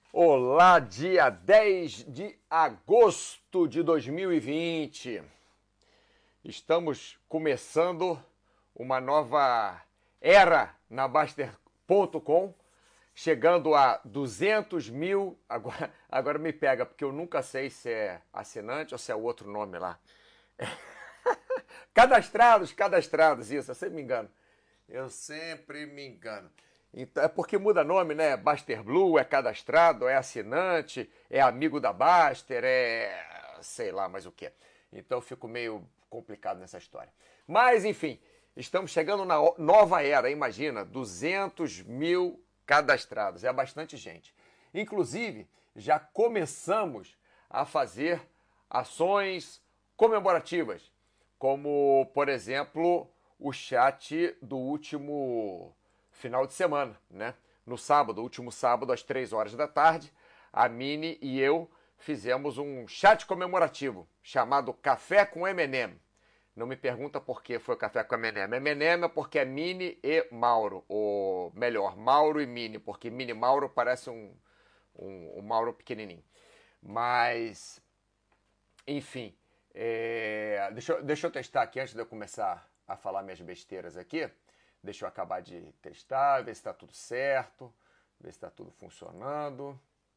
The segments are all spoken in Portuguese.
Olá, dia 10 de agosto de 2020. Estamos começando uma nova era na Baster.com, chegando a 200 mil. Agora me pega, porque eu nunca sei se é assinante ou se é outro nome lá. Cadastrados, isso, eu sempre me engano. Eu sempre me engano. Então, é porque muda nome, né? Baster Blue é cadastrado, é assinante, é amigo da Baster, é sei lá mais o que. Então eu fico meio complicado nessa história. Mas, enfim, estamos chegando na nova era, imagina, 200 mil cadastrados, é bastante gente. Inclusive, já começamos a fazer ações comemorativas, como, por exemplo, o chat do último final de semana, né? No sábado, último sábado, às 3 horas da tarde, a Mini e eu fizemos um chat comemorativo chamado Café com M&M. Não me pergunta por que foi Café com M&M. M&M é porque é Mini e Mauro, ou melhor, Mauro e Mini, porque Mini Mauro parece um Mauro pequenininho. Mas, enfim, deixa eu testar aqui antes de eu começar a falar minhas besteiras aqui. Deixa eu acabar de testar, ver se está tudo certo, ver se está tudo funcionando.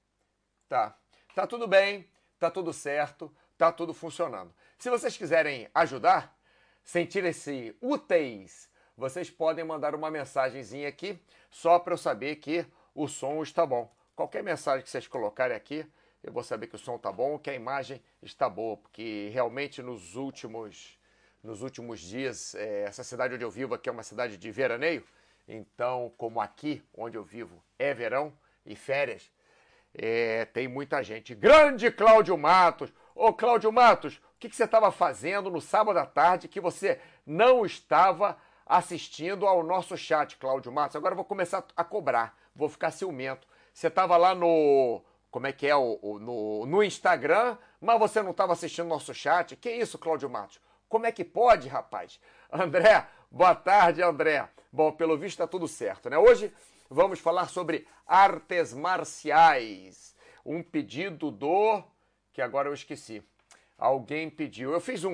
Tá tudo bem, tá tudo certo, tá tudo funcionando. Se vocês quiserem ajudar, sentirem-se úteis, vocês podem mandar uma mensagenzinha aqui, só para eu saber que o som está bom. Qualquer mensagem que vocês colocarem aqui, eu vou saber que o som está bom, que a imagem está boa, porque realmente nos últimos dias, essa cidade onde eu vivo aqui é uma cidade de veraneio, então, como aqui onde eu vivo é verão e férias, tem muita gente. Grande Cláudio Matos! Ô Cláudio Matos, o que você estava fazendo no sábado à tarde que você não estava assistindo ao nosso chat, Cláudio Matos? Agora eu vou começar a cobrar, vou ficar ciumento. Você estava lá no... Como é que é? No Instagram, mas você não estava assistindo o nosso chat? Que isso, Cláudio Matos? Como é que pode, rapaz? André, boa tarde, André. Bom, pelo visto está tudo certo, né? Hoje vamos falar sobre artes marciais. Um pedido que agora eu esqueci. Alguém pediu. Eu fiz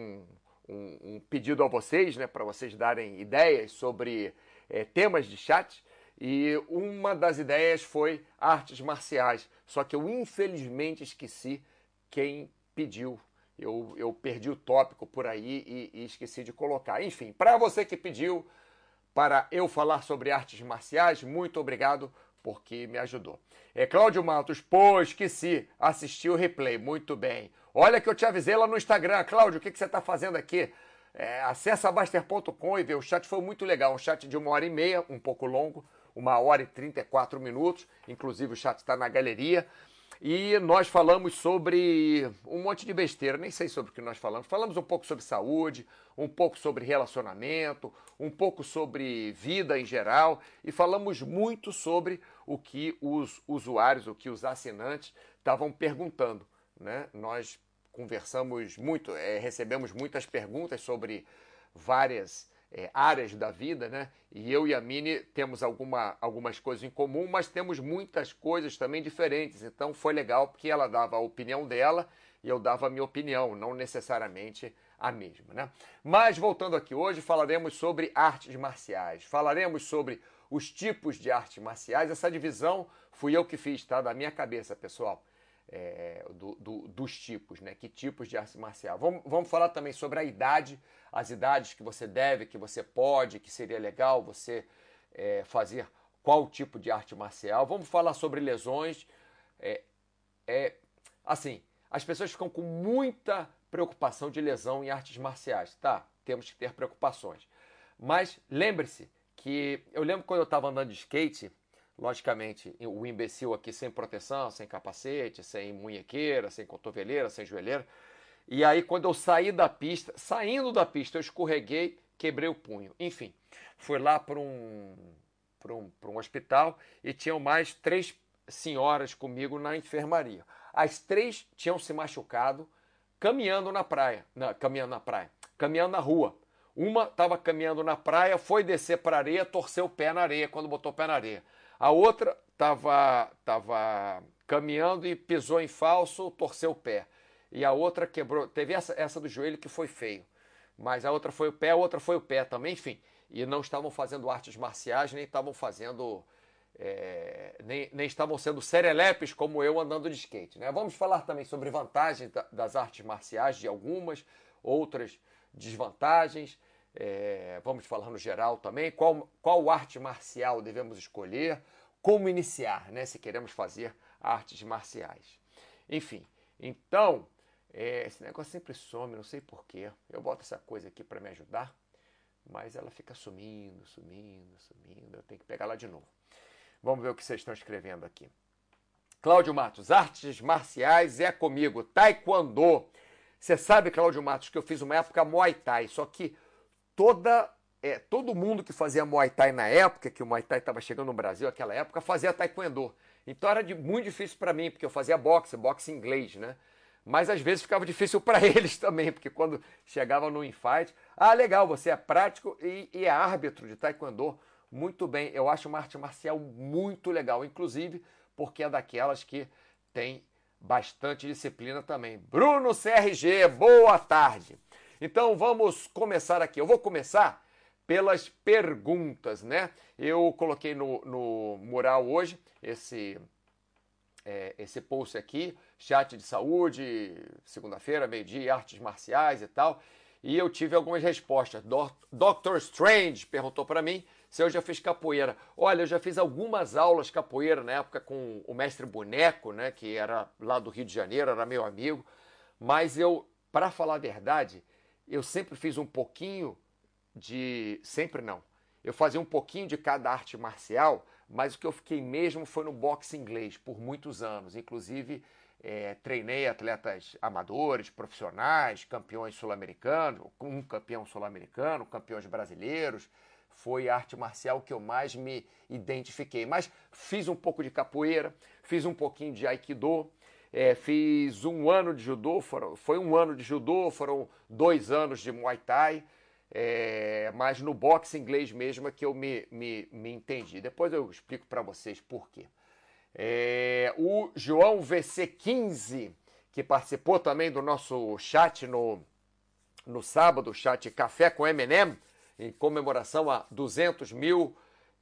um pedido a vocês, né, para vocês darem ideias sobre temas de chat. E uma das ideias foi artes marciais. Só que eu infelizmente esqueci quem pediu. Eu perdi o tópico por aí e esqueci de colocar. Enfim, para você que pediu para eu falar sobre artes marciais, muito obrigado porque me ajudou. Cláudio Matos, pô, esqueci, assisti o replay, muito bem. Olha que eu te avisei lá no Instagram. Cláudio, o que você está fazendo aqui? Acessa Baster.com e vê, o chat foi muito legal, um chat de 1h30, um pouco longo, 1h34, inclusive o chat está na galeria. E nós falamos sobre um monte de besteira, nem sei sobre o que nós falamos. Falamos um pouco sobre saúde, um pouco sobre relacionamento, um pouco sobre vida em geral e falamos muito sobre o que os usuários, o que os assinantes estavam perguntando, né? Nós conversamos muito, recebemos muitas perguntas sobre várias áreas da vida, né? E eu e a Mini temos algumas coisas em comum, mas temos muitas coisas também diferentes. Então foi legal porque ela dava a opinião dela e eu dava a minha opinião, não necessariamente a mesma, né? Mas voltando aqui, hoje falaremos sobre artes marciais, falaremos sobre os tipos de artes marciais. Essa divisão fui eu que fiz, tá? Da minha cabeça, pessoal. Dos tipos, né? Que tipos de arte marcial. Vamos falar também sobre a idade, as idades que você deve, que você pode, que seria legal você fazer qual tipo de arte marcial. Vamos falar sobre lesões. Assim, as pessoas ficam com muita preocupação de lesão em artes marciais, tá? Temos que ter preocupações. Mas lembre-se que eu lembro quando eu estava andando de skate. Logicamente, o imbecil aqui sem proteção, sem capacete, sem munhequeira, sem cotoveleira, sem joelheira. E aí, quando eu saindo da pista, eu escorreguei, quebrei o punho. Enfim, fui lá para um hospital e tinham mais 3 senhoras comigo na enfermaria. As 3 tinham se machucado caminhando na praia. Não, caminhando na praia. Caminhando na rua. Uma estava caminhando na praia, foi descer para a areia, torceu o pé na areia quando botou o pé na areia. A outra estava caminhando e pisou em falso, torceu o pé. E a outra quebrou, teve essa do joelho que foi feio. Mas a outra foi o pé, a outra foi o pé também, enfim. E não estavam fazendo artes marciais, nem estavam fazendo... nem estavam sendo serelepes como eu andando de skate, né? Vamos falar também sobre vantagens das artes marciais, de algumas, outras desvantagens. Vamos falar no geral também qual arte marcial devemos escolher, como iniciar, né, se queremos fazer artes marciais. Enfim, então, esse negócio sempre some, não sei porquê. Eu boto essa coisa aqui para me ajudar, mas ela fica sumindo. Eu tenho que pegar lá de novo. Vamos ver o que vocês estão escrevendo aqui. Cláudio Matos, artes marciais é comigo. Taekwondo. Você sabe, Cláudio Matos, que eu fiz uma época Muay Thai, só que todo mundo que fazia Muay Thai na época, que o Muay Thai estava chegando no Brasil naquela época, fazia Taekwondo. Então era muito difícil para mim, porque eu fazia boxe inglês, né? Mas às vezes ficava difícil para eles também, porque quando chegava no infight, legal, você é prático e é árbitro de Taekwondo. Muito bem, eu acho uma arte marcial muito legal, inclusive porque é daquelas que tem bastante disciplina também. Bruno CRG, boa tarde. Então vamos começar aqui. Eu vou começar pelas perguntas, né? Eu coloquei no mural hoje esse post aqui, chat de saúde, segunda-feira, meio-dia, artes marciais e tal. E eu tive algumas respostas. Dr. Strange perguntou para mim se eu já fiz capoeira. Olha, eu já fiz algumas aulas capoeira na época com o mestre Boneco, né, que era lá do Rio de Janeiro, era meu amigo. Mas eu, para falar a verdade, eu sempre fiz um pouquinho de... Sempre não. Eu fazia um pouquinho de cada arte marcial, mas o que eu fiquei mesmo foi no boxe inglês por muitos anos. Inclusive, treinei atletas amadores, profissionais, campeões sul-americanos, um campeão sul-americano, campeões brasileiros. Foi a arte marcial que eu mais me identifiquei. Mas fiz um pouco de capoeira, fiz um pouquinho de aikido, fiz um ano de judô, foi um ano de judô, foram 2 anos de muay thai. Mas no boxe inglês mesmo é que eu me entendi. Depois eu explico para vocês por quê. O João VC15, que participou também do nosso chat no sábado, chat Café com M&M, em comemoração a 200 mil...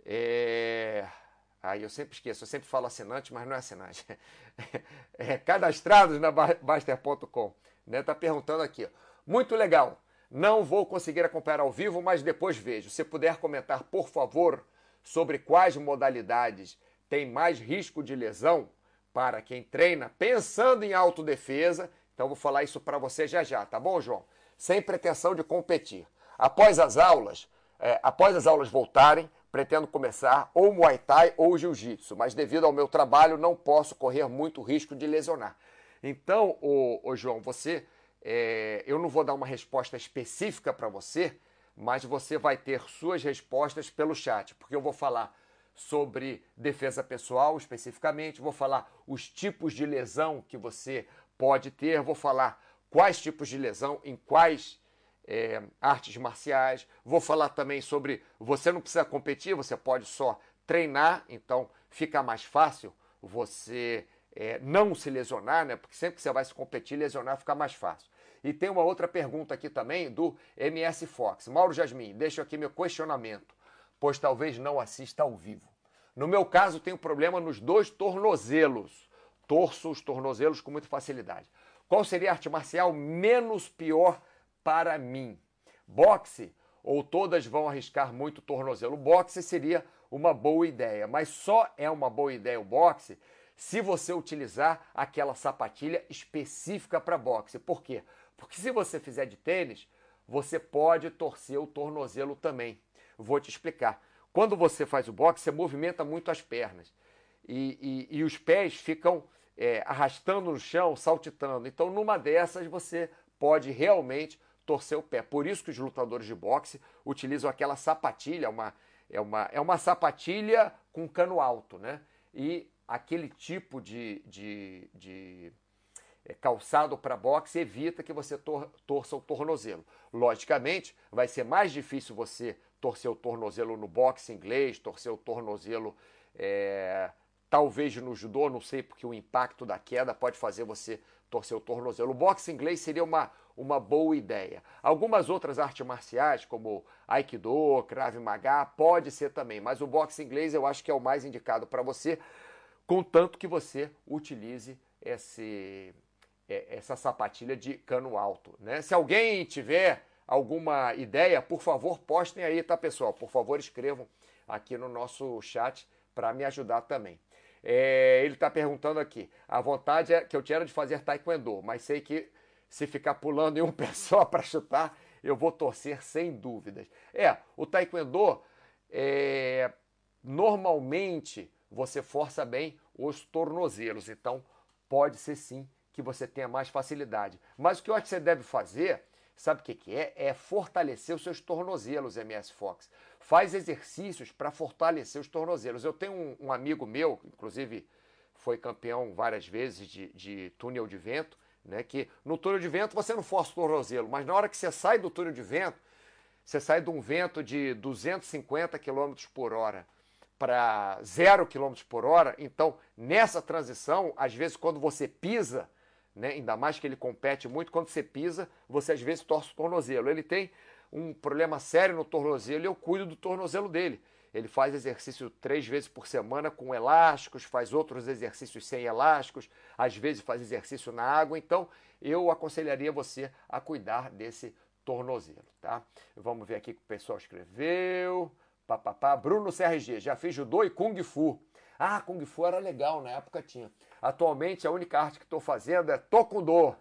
eu sempre esqueço, eu sempre falo assinante, mas não é assinante. Cadastrados na Baster.com. Né? Tá perguntando aqui. Ó. Muito legal. Não vou conseguir acompanhar ao vivo, mas depois vejo. Se puder comentar, por favor, sobre quais modalidades tem mais risco de lesão para quem treina pensando em autodefesa. Então vou falar isso para você já, tá bom, João? Sem pretensão de competir. Após as aulas voltarem, pretendo começar ou Muay Thai ou Jiu-Jitsu, mas devido ao meu trabalho não posso correr muito risco de lesionar. Então, João, você... eu não vou dar uma resposta específica para você, mas você vai ter suas respostas pelo chat, porque eu vou falar sobre defesa pessoal especificamente, vou falar os tipos de lesão que você pode ter, vou falar quais tipos de lesão em quais artes marciais, vou falar também sobre você não precisa competir, você pode só treinar, então fica mais fácil você não se lesionar, né? Porque sempre que você vai se competir, lesionar fica mais fácil. E tem uma outra pergunta aqui também do MS Fox. Mauro Jasmin, deixo aqui meu questionamento, pois talvez não assista ao vivo. No meu caso, tenho problema nos 2 tornozelos. Torço os tornozelos com muita facilidade. Qual seria a arte marcial menos pior para mim? Boxe ou todas vão arriscar muito o tornozelo? Boxe seria uma boa ideia, mas só é uma boa ideia o boxe se você utilizar aquela sapatilha específica para boxe. Por quê? Porque se você fizer de tênis, você pode torcer o tornozelo também. Vou te explicar. Quando você faz o boxe, você movimenta muito as pernas. E os pés ficam arrastando no chão, saltitando. Então, numa dessas, você pode realmente torcer o pé. Por isso que os lutadores de boxe utilizam aquela sapatilha, é uma sapatilha com cano alto, né? E aquele tipo de calçado para boxe evita que você torça o tornozelo. Logicamente, vai ser mais difícil você torcer o tornozelo no boxe inglês, torcer o tornozelo talvez no judô, não sei, porque o impacto da queda pode fazer você torcer o tornozelo. O boxe inglês seria uma boa ideia. Algumas outras artes marciais, como Aikido, Krav Maga, pode ser também, mas o boxe inglês eu acho que é o mais indicado para você, contanto que você utilize essa sapatilha de cano alto, né? Se alguém tiver alguma ideia, por favor, postem aí, tá, pessoal? Por favor, escrevam aqui no nosso chat para me ajudar também. Ele está perguntando aqui, a vontade que eu tinha de fazer taekwondo, mas sei que se ficar pulando em um pé só para chutar, eu vou torcer sem dúvidas. O taekwondo, normalmente você força bem os tornozelos, então pode ser sim que você tenha mais facilidade. Mas o que eu acho que você deve fazer, sabe o que é? É fortalecer os seus tornozelos, MS Fox. Faz exercícios para fortalecer os tornozelos. Eu tenho um amigo meu, inclusive foi campeão várias vezes de túnel de vento, né? Que no túnel de vento você não força o tornozelo, mas na hora que você sai do túnel de vento, você sai de um vento de 250 km por hora para 0 km por hora, então nessa transição, às vezes quando você pisa, né, ainda mais que ele compete muito, quando você pisa, você às vezes torce o tornozelo. Ele tem um problema sério no tornozelo e eu cuido do tornozelo dele. Ele faz exercício 3 vezes por semana com elásticos, faz outros exercícios sem elásticos, às vezes faz exercício na água, então eu aconselharia você a cuidar desse tornozelo, tá? Vamos ver aqui o que o pessoal escreveu. Bruno CRG, já fiz judô e kung fu. Kung fu era legal, na época tinha. Atualmente a única arte que estou fazendo é taekwondo.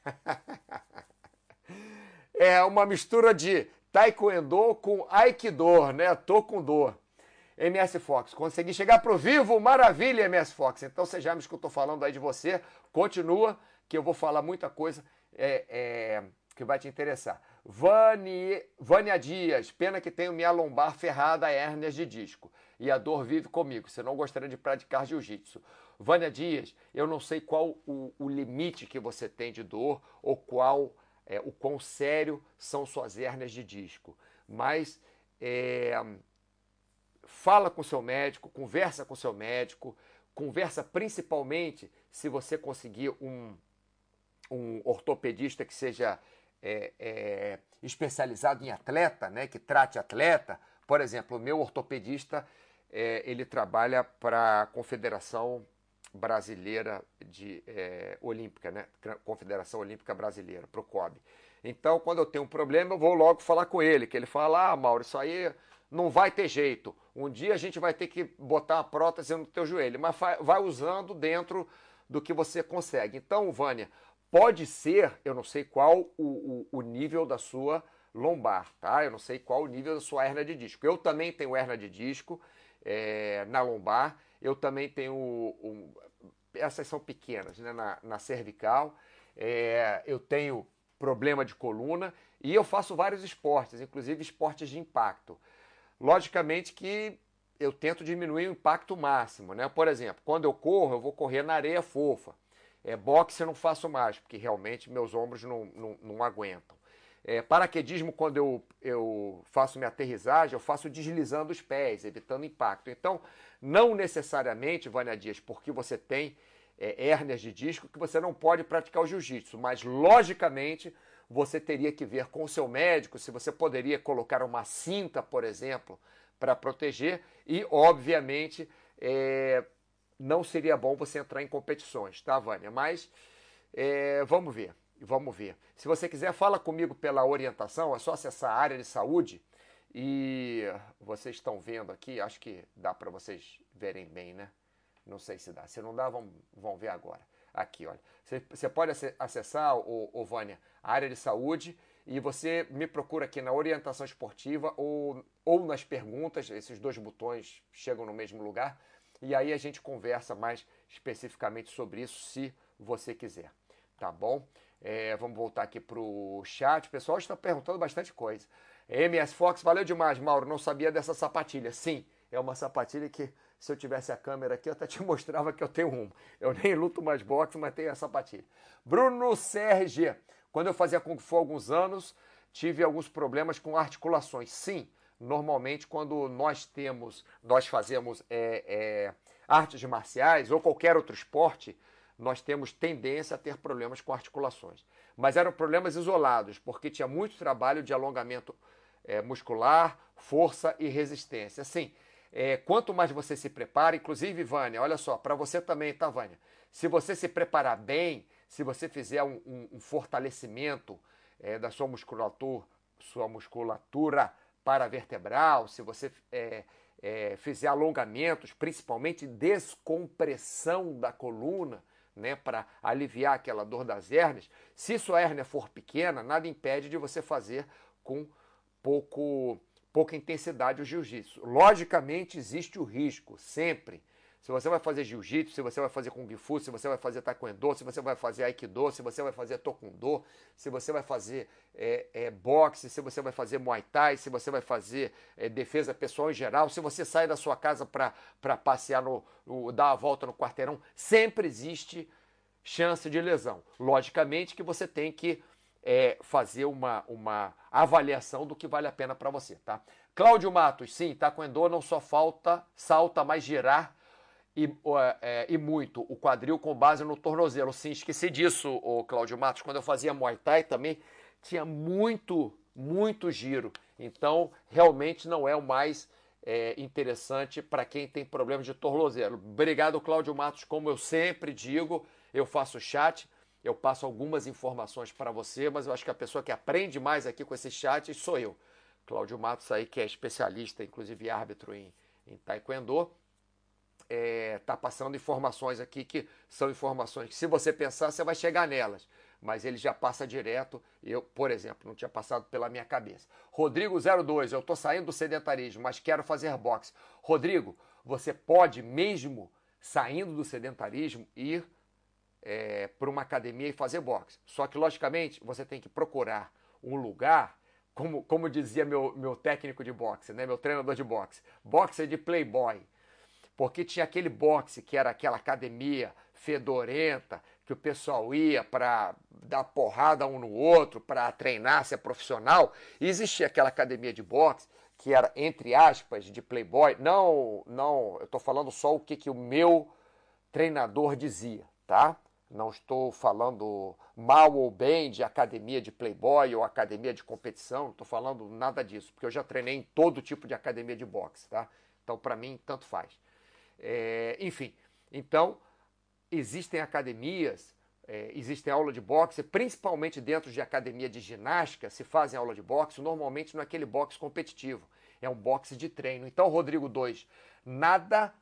É uma mistura de taekwondo com aikido, né? Taekwondo. MS Fox, consegui chegar pro vivo, maravilha, MS Fox. Então você já me escutou falando aí de você, continua que eu vou falar muita coisa que vai te interessar. Vânia Dias, pena que tenho minha lombar ferrada, hérnias de disco. E a dor vive comigo, você não gostaria de praticar jiu-jitsu. Vânia Dias, eu não sei qual o limite que você tem de dor ou o quão sério são suas hérnias de disco. Mas fala com seu médico, conversa com seu médico, conversa principalmente se você conseguir um ortopedista que seja especializado em atleta, né, que trate atleta. Por exemplo, o meu ortopedista, ele trabalha para a Confederação Brasileira Olímpica, né, Confederação Olímpica Brasileira, Procob. Então, quando eu tenho um problema, eu vou logo falar com ele, que ele fala, Mauro, isso aí não vai ter jeito. Um dia a gente vai ter que botar uma prótese no teu joelho, mas vai usando dentro do que você consegue. Então, Vânia, pode ser, eu não sei qual o nível da sua lombar, tá? Eu não sei qual o nível da sua hérnia de disco. Eu também tenho hérnia de disco na lombar. Eu também tenho... essas são pequenas, né? Na cervical. Eu tenho problema de coluna e eu faço vários esportes, inclusive esportes de impacto. Logicamente que eu tento diminuir o impacto máximo, né? Por exemplo, quando eu corro, eu vou correr na areia fofa. Boxe eu não faço mais, porque realmente meus ombros não aguentam. Paraquedismo, quando eu faço minha aterrissagem, eu faço deslizando os pés, evitando impacto. Então, não necessariamente, Vânia Dias, porque você tem hérnias de disco, que você não pode praticar o jiu-jitsu, mas logicamente você teria que ver com o seu médico se você poderia colocar uma cinta, por exemplo, para proteger e, obviamente, não seria bom você entrar em competições, tá, Vânia? Mas vamos ver. Se você quiser, fala comigo pela orientação, é só acessar a área de saúde e vocês estão vendo aqui, acho que dá para vocês verem bem, né? Não sei se dá. Se não dá, vão ver agora. Aqui, olha. Você pode acessar, Vânia, a área de saúde e você me procura aqui na orientação esportiva ou nas perguntas, esses dois botões chegam no mesmo lugar, e aí a gente conversa mais especificamente sobre isso, se você quiser. Tá bom? Vamos voltar aqui para o chat. O pessoal está perguntando bastante coisa. MS Fox, valeu demais, Mauro. Não sabia dessa sapatilha. Sim, é uma sapatilha que Se eu tivesse a câmera aqui, eu até te mostrava que eu tenho uma. Eu nem luto mais boxe, mas tenho a sapatilha. Bruno CRG. Quando eu fazia Kung Fu há alguns anos, tive alguns problemas com articulações. Sim, normalmente quando nós fazemos artes marciais ou qualquer outro esporte, nós temos tendência a ter problemas com articulações. Mas eram problemas isolados, porque tinha muito trabalho de alongamento muscular, força e resistência. Assim, quanto mais você se prepara, inclusive, Vânia, olha só, para você também, tá, Vânia? Se você se preparar bem, se você fizer um fortalecimento da sua musculatura paravertebral, se você fizer alongamentos, principalmente descompressão da coluna, né, para aliviar aquela dor das hérnias, se sua hérnia for pequena, nada impede de você fazer com pouca intensidade o jiu-jitsu. Logicamente, existe o risco, sempre. Se você vai fazer jiu-jitsu, se você vai fazer kung fu, se você vai fazer taekwondo, se você vai fazer aikido, se você vai fazer taekwondo, se você vai fazer boxe, se você vai fazer muay thai, se você vai fazer defesa pessoal em geral, se você sai da sua casa para passear, dar a volta no quarteirão, sempre existe chance de lesão. Logicamente que você tem que fazer uma avaliação do que vale a pena para você, tá? Cláudio Matos, sim, taekwondo não só salta, mas girar e muito o quadril com base no tornozelo. Sim, esqueci disso, Cláudio Matos. Quando eu fazia Muay Thai também tinha muito giro. Então, realmente não é o mais interessante para quem tem problemas de tornozelo. Obrigado, Cláudio Matos. Como eu sempre digo, eu faço chat, eu passo algumas informações para você, mas eu acho que a pessoa que aprende mais aqui com esses chats sou eu. Cláudio Matos aí, que é especialista, inclusive árbitro em taekwondo, tá passando informações aqui que são informações que, se você pensar, você vai chegar nelas. Mas ele já passa direto. Eu, por exemplo, não tinha passado pela minha cabeça. Rodrigo02, eu estou saindo do sedentarismo, mas quero fazer boxe. Rodrigo, você pode, mesmo saindo do sedentarismo, ir para uma academia e fazer boxe. Só que, logicamente, você tem que procurar um lugar, como dizia meu técnico de boxe, né, meu treinador de boxe. Boxe é de playboy. Porque tinha aquele boxe que era aquela academia fedorenta, que o pessoal ia para dar porrada um no outro, para treinar, ser profissional. E existia aquela academia de boxe que era, entre aspas, de playboy. Não, eu estou falando só o que o meu treinador dizia, tá? Não estou falando mal ou bem de academia de playboy ou academia de competição, não estou falando nada disso, porque eu já treinei em todo tipo de academia de boxe, tá? Então, para mim, tanto faz. Enfim, então existem academias, existem aula de boxe, principalmente dentro de academia de ginástica, se fazem aula de boxe, normalmente não é aquele boxe competitivo, é um boxe de treino. Então, Rodrigo 2, nada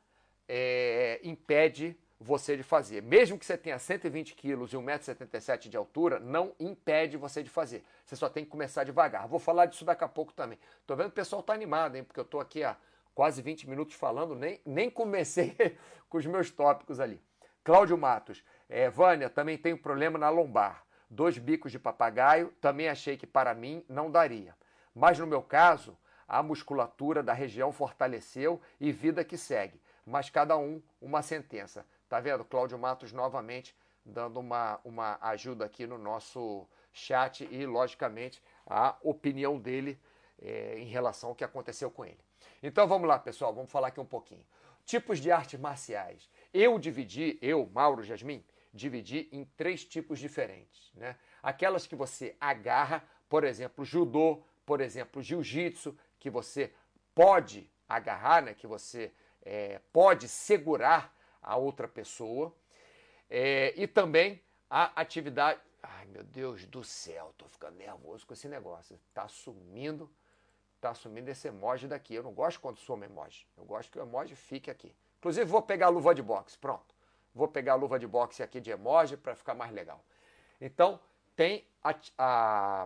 impede você de fazer. Mesmo que você tenha 120 quilos e 1,77 m de altura, não impede você de fazer. Você só tem que começar devagar. Vou falar disso daqui a pouco também. Tô vendo que o pessoal tá animado, hein? Porque eu tô aqui há quase 20 minutos falando, nem comecei com os meus tópicos ali. Cláudio Matos, Vânia, também tenho problema na lombar. 2 bicos de papagaio, também achei que para mim não daria. Mas no meu caso, a musculatura da região fortaleceu e vida que segue. Mas cada uma sentença. Tá vendo? Cláudio Matos novamente dando uma ajuda aqui no nosso chat e, logicamente, a opinião dele em relação ao que aconteceu com ele. Então vamos lá, pessoal, vamos falar aqui um pouquinho. Tipos de artes marciais. Eu, Mauro Jasmin, dividi em 3 tipos diferentes, né? Aquelas que você agarra, por exemplo, judô, por exemplo, jiu-jitsu, que você pode agarrar, né? Que você pode segurar a outra pessoa. E também a atividade... Ai, meu Deus do céu, tô ficando nervoso com esse negócio. Tá sumindo esse emoji daqui. Eu não gosto quando some emoji. Eu gosto que o emoji fique aqui. Inclusive, vou pegar a luva de boxe. Pronto. Vou pegar a luva de boxe aqui de emoji para ficar mais legal. Então, tem a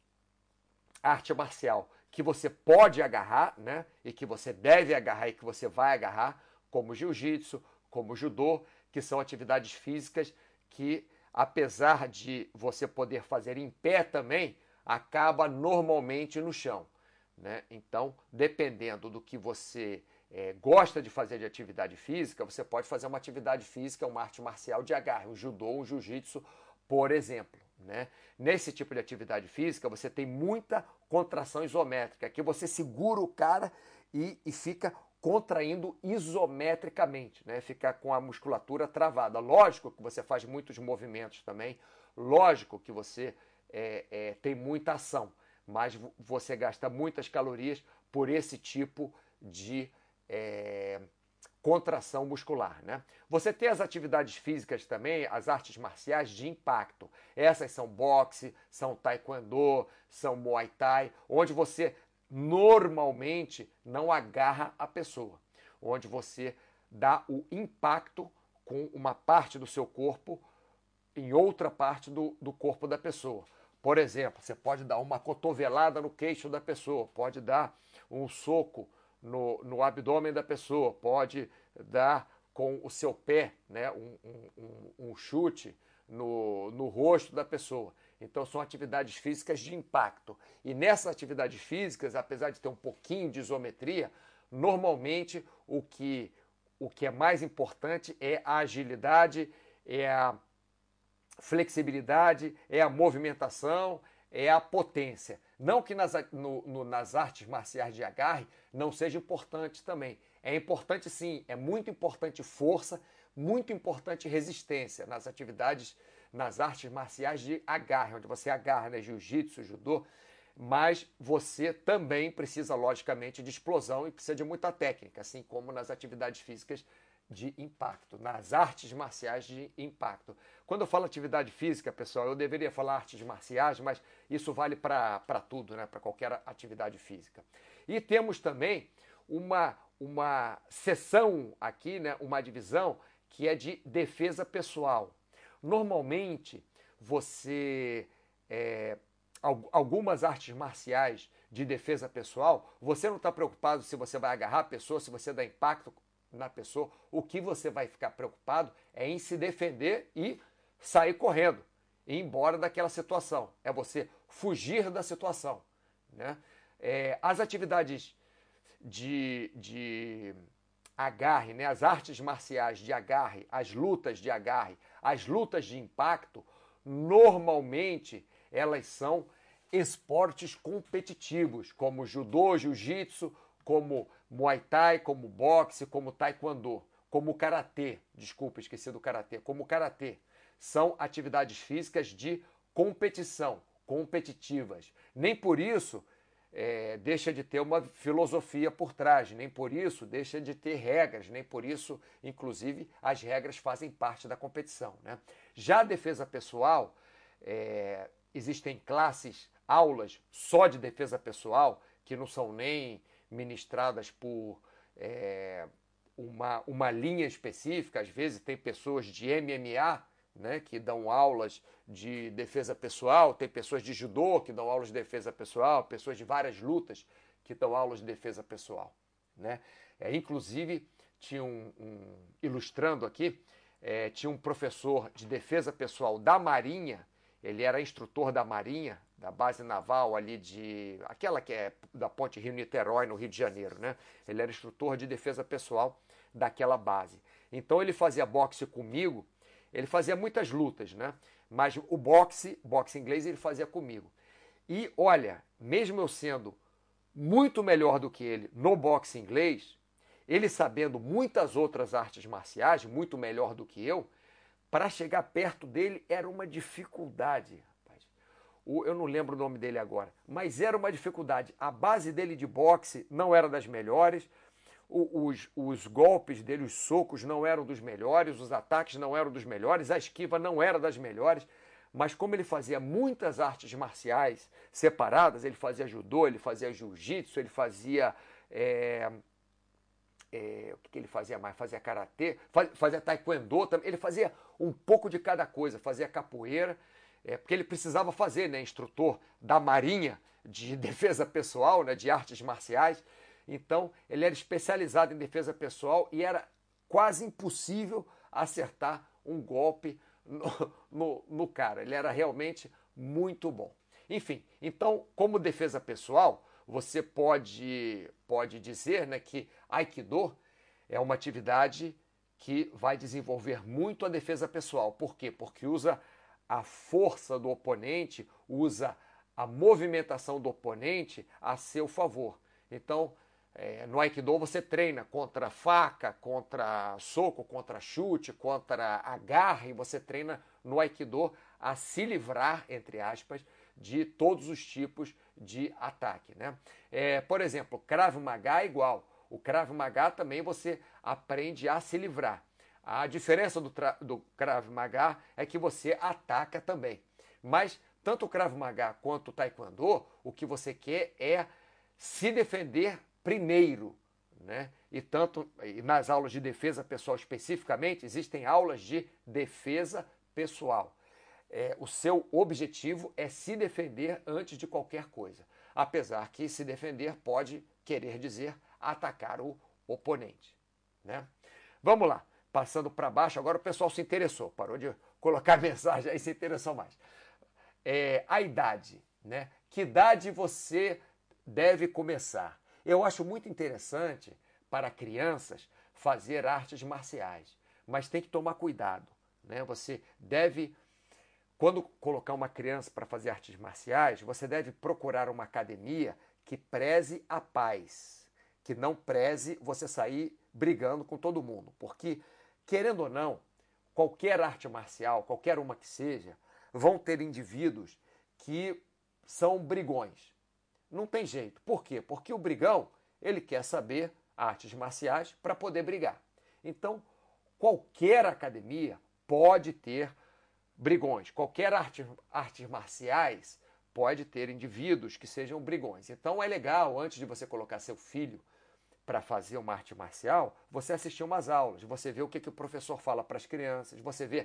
arte marcial que você pode agarrar, né? E que você deve agarrar e que você vai agarrar, como jiu-jitsu, como judô, que são atividades físicas que, apesar de você poder fazer em pé também, acaba normalmente no chão, né? Então, dependendo do que você gosta de fazer de atividade física, você pode fazer uma atividade física, uma arte marcial de agarre, um judô, um jiu-jitsu, por exemplo. Né? Nesse tipo de atividade física, você tem muita contração isométrica, que você segura o cara e fica contraindo isometricamente, né? Fica com a musculatura travada. Lógico que você faz muitos movimentos também, lógico que você tem muita ação, mas você gasta muitas calorias por esse tipo de contração muscular, né? Você tem as atividades físicas também, as artes marciais de impacto. Essas são boxe, são taekwondo, são muay thai, onde você normalmente não agarra a pessoa, onde você dá o impacto com uma parte do seu corpo em outra parte do corpo da pessoa. Por exemplo, você pode dar uma cotovelada no queixo da pessoa, pode dar um soco no abdômen da pessoa, pode dar com o seu pé, né, um chute no rosto da pessoa. Então são atividades físicas de impacto. E nessas atividades físicas, apesar de ter um pouquinho de isometria, normalmente o que é mais importante é a agilidade, é a flexibilidade, é a movimentação, é a potência. Não que nas artes marciais de agarre não seja importante também. É importante sim, é muito importante força, muito importante resistência nas atividades, nas artes marciais de agarre, onde você agarra, né, jiu-jitsu, judô, mas você também precisa, logicamente, de explosão e precisa de muita técnica, assim como nas atividades físicas de impacto, nas artes marciais de impacto. Quando eu falo atividade física, pessoal, eu deveria falar artes marciais, mas isso vale para tudo, né? Para qualquer atividade física. E temos também uma seção aqui, né? Uma divisão que é de defesa pessoal. Normalmente, algumas artes marciais de defesa pessoal, você não está preocupado se você vai agarrar a pessoa, se você dá impacto na pessoa. O que você vai ficar preocupado é em se defender e sair correndo, e ir embora daquela situação. É você fugir da situação. Né? As atividades de agarre, né? As artes marciais de agarre, as lutas de agarre, as lutas de impacto, normalmente elas são esportes competitivos, como judô, jiu-jitsu, como muay thai, como boxe, como taekwondo, como karatê, desculpa, esqueci do karatê, como karatê. São atividades físicas de competição, competitivas. Nem por isso deixa de ter uma filosofia por trás, nem por isso deixa de ter regras, nem por isso, inclusive, as regras fazem parte da competição. Né? Já a defesa pessoal, existem classes, aulas só de defesa pessoal, que não são nem ministradas por uma linha específica. Às vezes tem pessoas de MMA, né, que dão aulas de defesa pessoal, tem pessoas de judô que dão aulas de defesa pessoal, pessoas de várias lutas que dão aulas de defesa pessoal. Né? Inclusive, tinha ilustrando aqui, tinha um professor de defesa pessoal da Marinha. Ele era instrutor da Marinha, da base naval ali aquela que é da Ponte Rio-Niterói, no Rio de Janeiro, né? Ele era instrutor de defesa pessoal daquela base. Então ele fazia boxe comigo, ele fazia muitas lutas, né? Mas o boxe inglês, ele fazia comigo. E olha, mesmo eu sendo muito melhor do que ele no boxe inglês, ele sabendo muitas outras artes marciais, muito melhor do que eu, para chegar perto dele era uma dificuldade, rapaz. Eu não lembro o nome dele agora, mas era uma dificuldade. A base dele de boxe não era das melhores, os golpes dele, os socos não eram dos melhores, os ataques não eram dos melhores, a esquiva não era das melhores, mas como ele fazia muitas artes marciais separadas, ele fazia judô, ele fazia jiu-jitsu, ele fazia... o que ele fazia mais? Fazia karatê, fazia taekwondo também. Ele fazia um pouco de cada coisa, fazia capoeira, porque ele precisava fazer, né? Instrutor da Marinha de defesa pessoal, né? De artes marciais. Então, ele era especializado em defesa pessoal e era quase impossível acertar um golpe no cara. Ele era realmente muito bom. Enfim, então, como defesa pessoal, você pode dizer, né, que Aikido é uma atividade que vai desenvolver muito a defesa pessoal. Por quê? Porque usa a força do oponente, usa a movimentação do oponente a seu favor. Então, no Aikido você treina contra faca, contra soco, contra chute, contra agarre. Você treina no Aikido a se livrar, entre aspas, de todos os tipos de ataque, né? Por exemplo, Krav Maga é igual. O Krav Maga também você aprende a se livrar. A diferença do Krav Maga é que você ataca também. Mas tanto o Krav Maga quanto o Taekwondo, o que você quer é se defender primeiro, né? E nas aulas de defesa pessoal especificamente, existem aulas de defesa pessoal. O seu objetivo é se defender antes de qualquer coisa. Apesar que se defender pode querer dizer atacar o oponente, né? Vamos lá, passando para baixo, agora o pessoal se interessou, parou de colocar mensagem aí, se interessou mais. A idade, né? Que idade você deve começar? Eu acho muito interessante para crianças fazer artes marciais, mas tem que tomar cuidado, né? Você deve, quando colocar uma criança para fazer artes marciais, você deve procurar uma academia que preze a paz, que não preze você sair brigando com todo mundo, porque, querendo ou não, qualquer arte marcial, qualquer uma que seja, vão ter indivíduos que são brigões. Não tem jeito. Por quê? Porque o brigão, ele quer saber artes marciais para poder brigar. Então, qualquer academia pode ter brigões. Qualquer artes marciais pode ter indivíduos que sejam brigões. Então, é legal, antes de você colocar seu filho para fazer uma arte marcial, você assistir umas aulas, você vê o que o professor fala para as crianças, você vê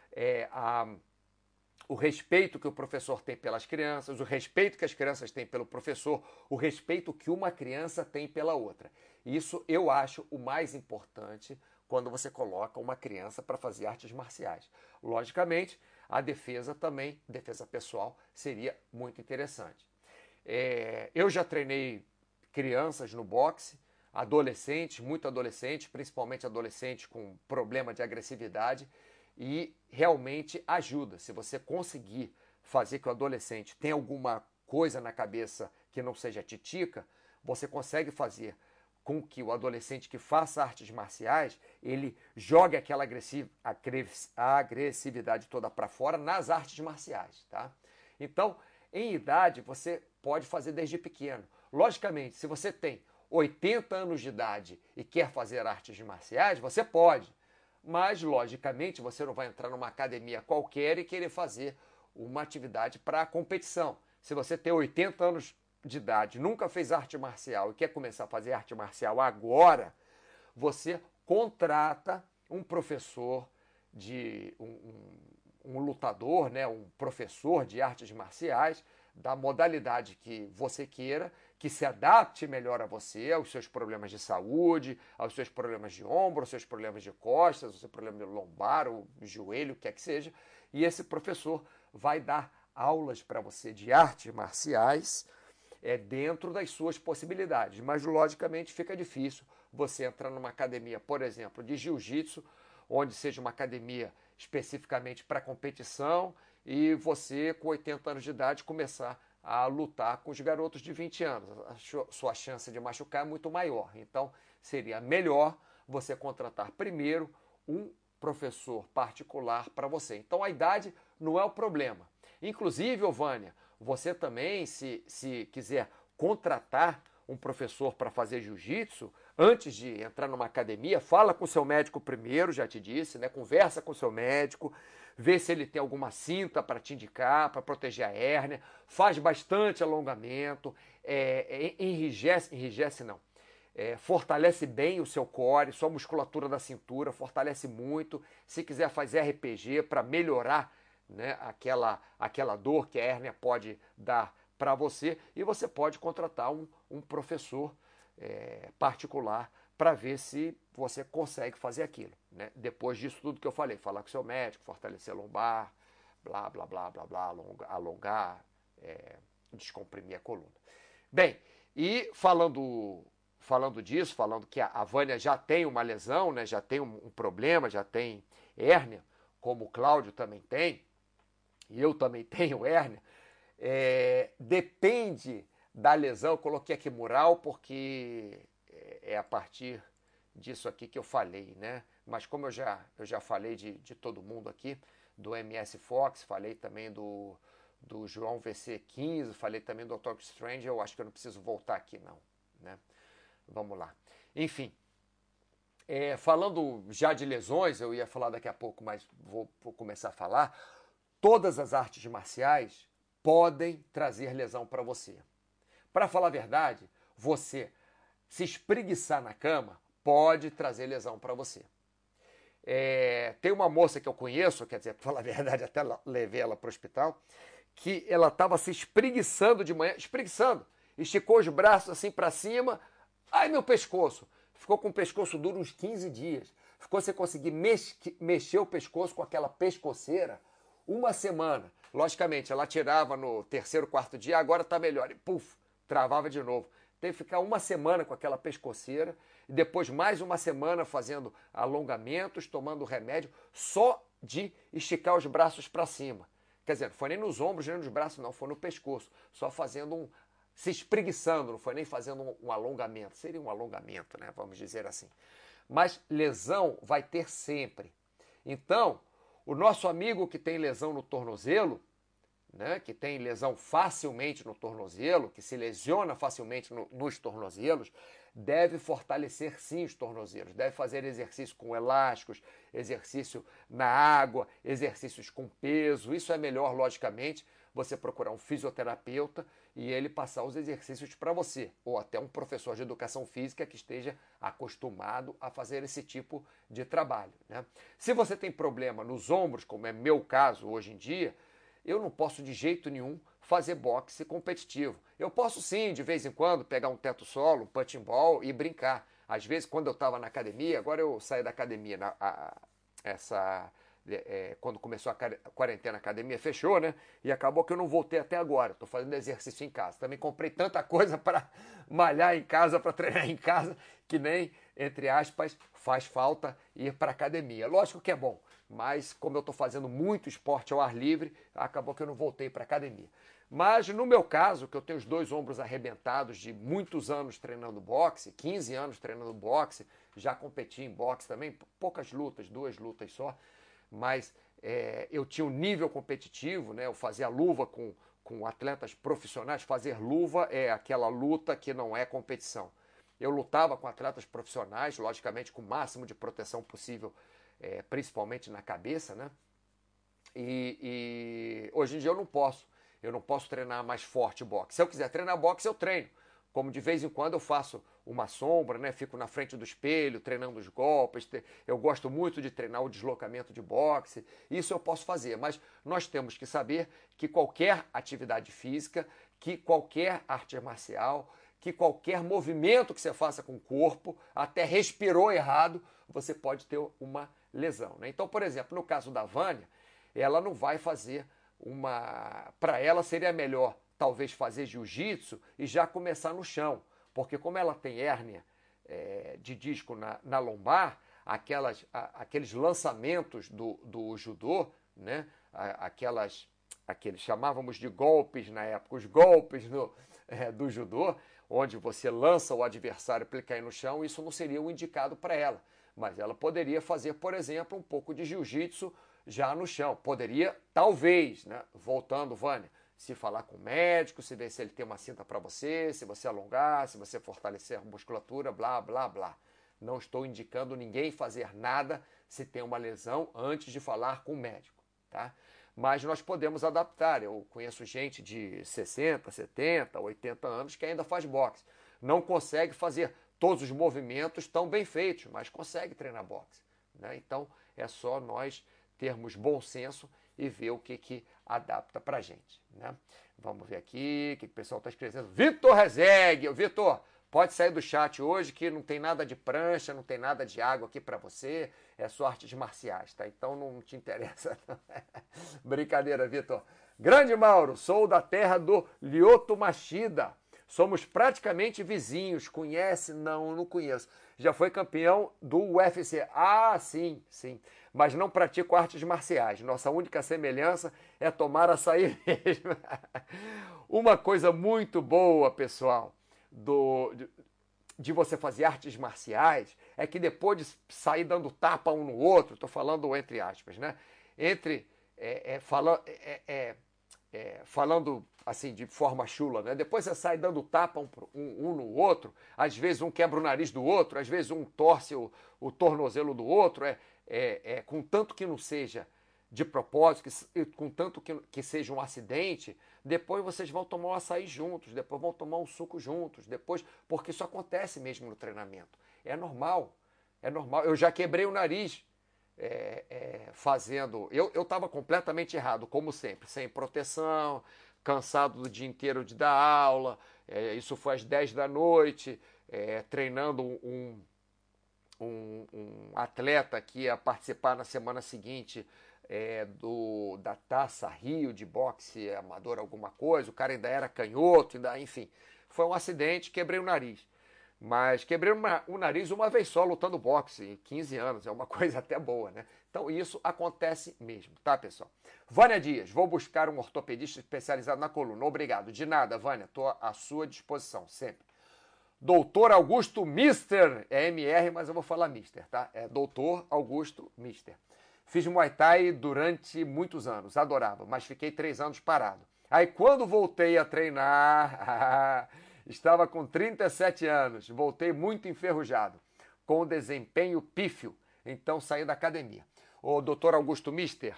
o respeito que o professor tem pelas crianças, o respeito que as crianças têm pelo professor, o respeito que uma criança tem pela outra. Isso eu acho o mais importante quando você coloca uma criança para fazer artes marciais. Logicamente, a defesa também, defesa pessoal, seria muito interessante. Eu já treinei crianças no boxe, adolescentes, muito adolescentes, principalmente adolescentes com problema de agressividade, e realmente ajuda. Se você conseguir fazer que o adolescente tenha alguma coisa na cabeça que não seja titica, você consegue fazer com que o adolescente que faça artes marciais, ele jogue aquela agressividade toda para fora nas artes marciais, tá? Então, em idade, você pode fazer desde pequeno. Logicamente, se você tem 80 anos de idade e quer fazer artes marciais, você pode. Mas, logicamente, você não vai entrar numa academia qualquer e querer fazer uma atividade para competição. Se você tem 80 anos de idade, nunca fez arte marcial e quer começar a fazer arte marcial agora, você contrata um professor, um lutador, né, um professor de artes marciais, da modalidade que você queira, que se adapte melhor a você, aos seus problemas de saúde, aos seus problemas de ombro, aos seus problemas de costas, aos seus problemas de lombar, ou joelho, o que é que seja, e esse professor vai dar aulas para você de artes marciais dentro das suas possibilidades, mas logicamente fica difícil você entrar numa academia, por exemplo, de jiu-jitsu, onde seja uma academia especificamente para competição, e você, com 80 anos de idade, começar a lutar com os garotos de 20 anos. A sua chance de machucar é muito maior. Então, seria melhor você contratar primeiro um professor particular para você. Então, a idade não é o problema. Inclusive, Vânia, você também, se quiser contratar um professor para fazer jiu-jitsu, antes de entrar numa academia, fala com o seu médico primeiro, já te disse, né? Conversa com o seu médico, vê se ele tem alguma cinta para te indicar, para proteger a hérnia, faz bastante alongamento, enrijece não, fortalece bem o seu core, sua musculatura da cintura, fortalece muito. Se quiser fazer RPG para melhorar, né, aquela dor que a hérnia pode dar para você, e você pode contratar um professor particular para ver se você consegue fazer aquilo, né? Depois disso tudo que eu falei, falar com seu médico, fortalecer a lombar, blá, blá, blá, blá, blá, alongar, descomprimir a coluna. Bem, e falando falando disso, falando que a Vânia já tem uma lesão, né, já tem um problema, já tem hérnia, como o Cláudio também tem, e eu também tenho hérnia. Depende da lesão, eu coloquei aqui mural porque é a partir disso aqui que eu falei, né? Mas como eu já falei de todo mundo aqui, do MS Fox, falei também do João VC15, falei também do Doctor Strange, eu acho que eu não preciso voltar aqui não, né? Vamos lá. Enfim, falando já de lesões, eu ia falar daqui a pouco, mas vou começar a falar, todas as artes marciais podem trazer lesão para você. Para falar a verdade, você se espreguiçar na cama pode trazer lesão para você. Tem uma moça que eu conheço, quer dizer, para falar a verdade, até levei ela para o hospital, que ela estava se espreguiçando de manhã, esticou os braços assim para cima, ai meu pescoço, ficou com o pescoço duro uns 15 dias, ficou sem conseguir mexer o pescoço com aquela pescoceira, uma semana. Logicamente, ela tirava no terceiro, quarto dia, agora está melhor. E puf, travava de novo. Teve que ficar uma semana com aquela pescoceira e depois mais uma semana fazendo alongamentos, tomando remédio, só de esticar os braços para cima. Quer dizer, não foi nem nos ombros, nem nos braços, não, foi no pescoço. Só fazendo se espreguiçando, não foi nem fazendo um alongamento. Seria um alongamento, né? Vamos dizer assim. Mas lesão vai ter sempre. Então, o nosso amigo que tem lesão no tornozelo, né, que tem lesão facilmente no tornozelo, que se lesiona facilmente nos tornozelos, deve fortalecer sim os tornozelos, deve fazer exercício com elásticos, exercício na água, exercícios com peso. Isso é melhor, logicamente, você procurar um fisioterapeuta e ele passar os exercícios para você, ou até um professor de educação física que esteja acostumado a fazer esse tipo de trabalho, né? Se você tem problema nos ombros, como é meu caso hoje em dia, eu não posso de jeito nenhum fazer boxe competitivo. Eu posso sim, de vez em quando, pegar um teto solo, um punching ball e brincar. Às vezes, quando eu estava na academia, agora eu saí da academia, quando começou a quarentena, a academia fechou, né? E acabou que eu não voltei até agora. Estou fazendo exercício em casa. Também comprei tanta coisa para malhar em casa, para treinar em casa, que nem, entre aspas, faz falta ir para academia. Lógico que é bom, mas como eu estou fazendo muito esporte ao ar livre, acabou que eu não voltei para academia. Mas no meu caso, que eu tenho os dois ombros arrebentados de muitos anos treinando boxe, 15 anos treinando boxe, já competi em boxe também, poucas lutas, 2 lutas só, mas eu tinha um nível competitivo, né? Eu fazia luva com atletas profissionais. Fazer luva é aquela luta que não é competição. Eu lutava com atletas profissionais, logicamente com o máximo de proteção possível, principalmente na cabeça, né? E hoje em dia eu não posso. Eu não posso treinar mais forte boxe. Se eu quiser treinar boxe, eu treino. Como de vez em quando eu faço uma sombra, né? Fico na frente do espelho, treinando os golpes. Eu gosto muito de treinar o deslocamento de boxe. Isso eu posso fazer, mas nós temos que saber que qualquer atividade física, que qualquer arte marcial, que qualquer movimento que você faça com o corpo, até respirou errado, você pode ter uma lesão, né? Então, por exemplo, no caso da Vânia, ela não vai fazer para ela seria melhor talvez fazer jiu-jitsu e já começar no chão, porque como ela tem hérnia de disco na lombar, aqueles lançamentos do judô, né? Aqueles chamávamos de golpes na época, os golpes do judô, onde você lança o adversário para ele cair no chão, isso não seria o indicado para ela. Mas ela poderia fazer, por exemplo, um pouco de jiu-jitsu já no chão. Poderia, talvez, né? Voltando, Vânia, se falar com o médico, se ver se ele tem uma cinta para você, se você alongar, se você fortalecer a musculatura, blá, blá, blá. Não estou indicando ninguém fazer nada se tem uma lesão antes de falar com o médico, tá? Mas nós podemos adaptar. Eu conheço gente de 60, 70, 80 anos que ainda faz boxe. Não consegue fazer todos os movimentos tão bem feitos, mas consegue treinar boxe, né? Então é só nós termos bom senso e ver o que adapta pra gente, né? Vamos ver aqui o que o pessoal está escrevendo. Vitor Rezegue. Vitor, pode sair do chat hoje que não tem nada de prancha, não tem nada de água aqui para você, é só artes marciais, tá? Então não te interessa. Não. Brincadeira, Vitor. Grande Mauro, sou da terra do Lyoto Machida. Somos praticamente vizinhos. Conhece? Não, não conheço. Já foi campeão do UFC. Ah, sim, sim. Mas não pratico artes marciais. Nossa única semelhança é tomar açaí mesmo. Uma coisa muito boa, pessoal, de você fazer artes marciais é que depois de sair dando tapa um no outro, estou falando entre aspas, né? Entre falando assim de forma chula, né? Depois você sai dando tapa um no outro, às vezes um quebra o nariz do outro, às vezes um torce o tornozelo do outro, contanto que não seja de propósito, contanto que seja um acidente, depois vocês vão tomar um açaí juntos, depois vão tomar um suco juntos, depois, porque isso acontece mesmo no treinamento. É normal, é normal. Eu já quebrei o nariz fazendo. Eu estava completamente errado, como sempre, sem proteção, cansado do dia inteiro de dar aula. Isso foi às 10 da noite, treinando um atleta que ia participar na semana seguinte da Taça Rio de boxe amador, alguma coisa. O cara ainda era canhoto, enfim. Foi um acidente, quebrei o nariz. Mas quebrei o nariz uma vez só lutando boxe, em 15 anos, é uma coisa até boa, né? Então isso acontece mesmo, tá, pessoal? Vânia Dias, vou buscar um ortopedista especializado na coluna. Obrigado. De nada, Vânia, estou à sua disposição, sempre. Doutor Augusto Mister, é MR, mas eu vou falar Mister, tá? É Doutor Augusto Mister. Fiz Muay Thai durante muitos anos, adorava, mas fiquei 3 anos parado. Aí quando voltei a treinar, estava com 37 anos, voltei muito enferrujado, com desempenho pífio, então saí da academia. O doutor Augusto Mister,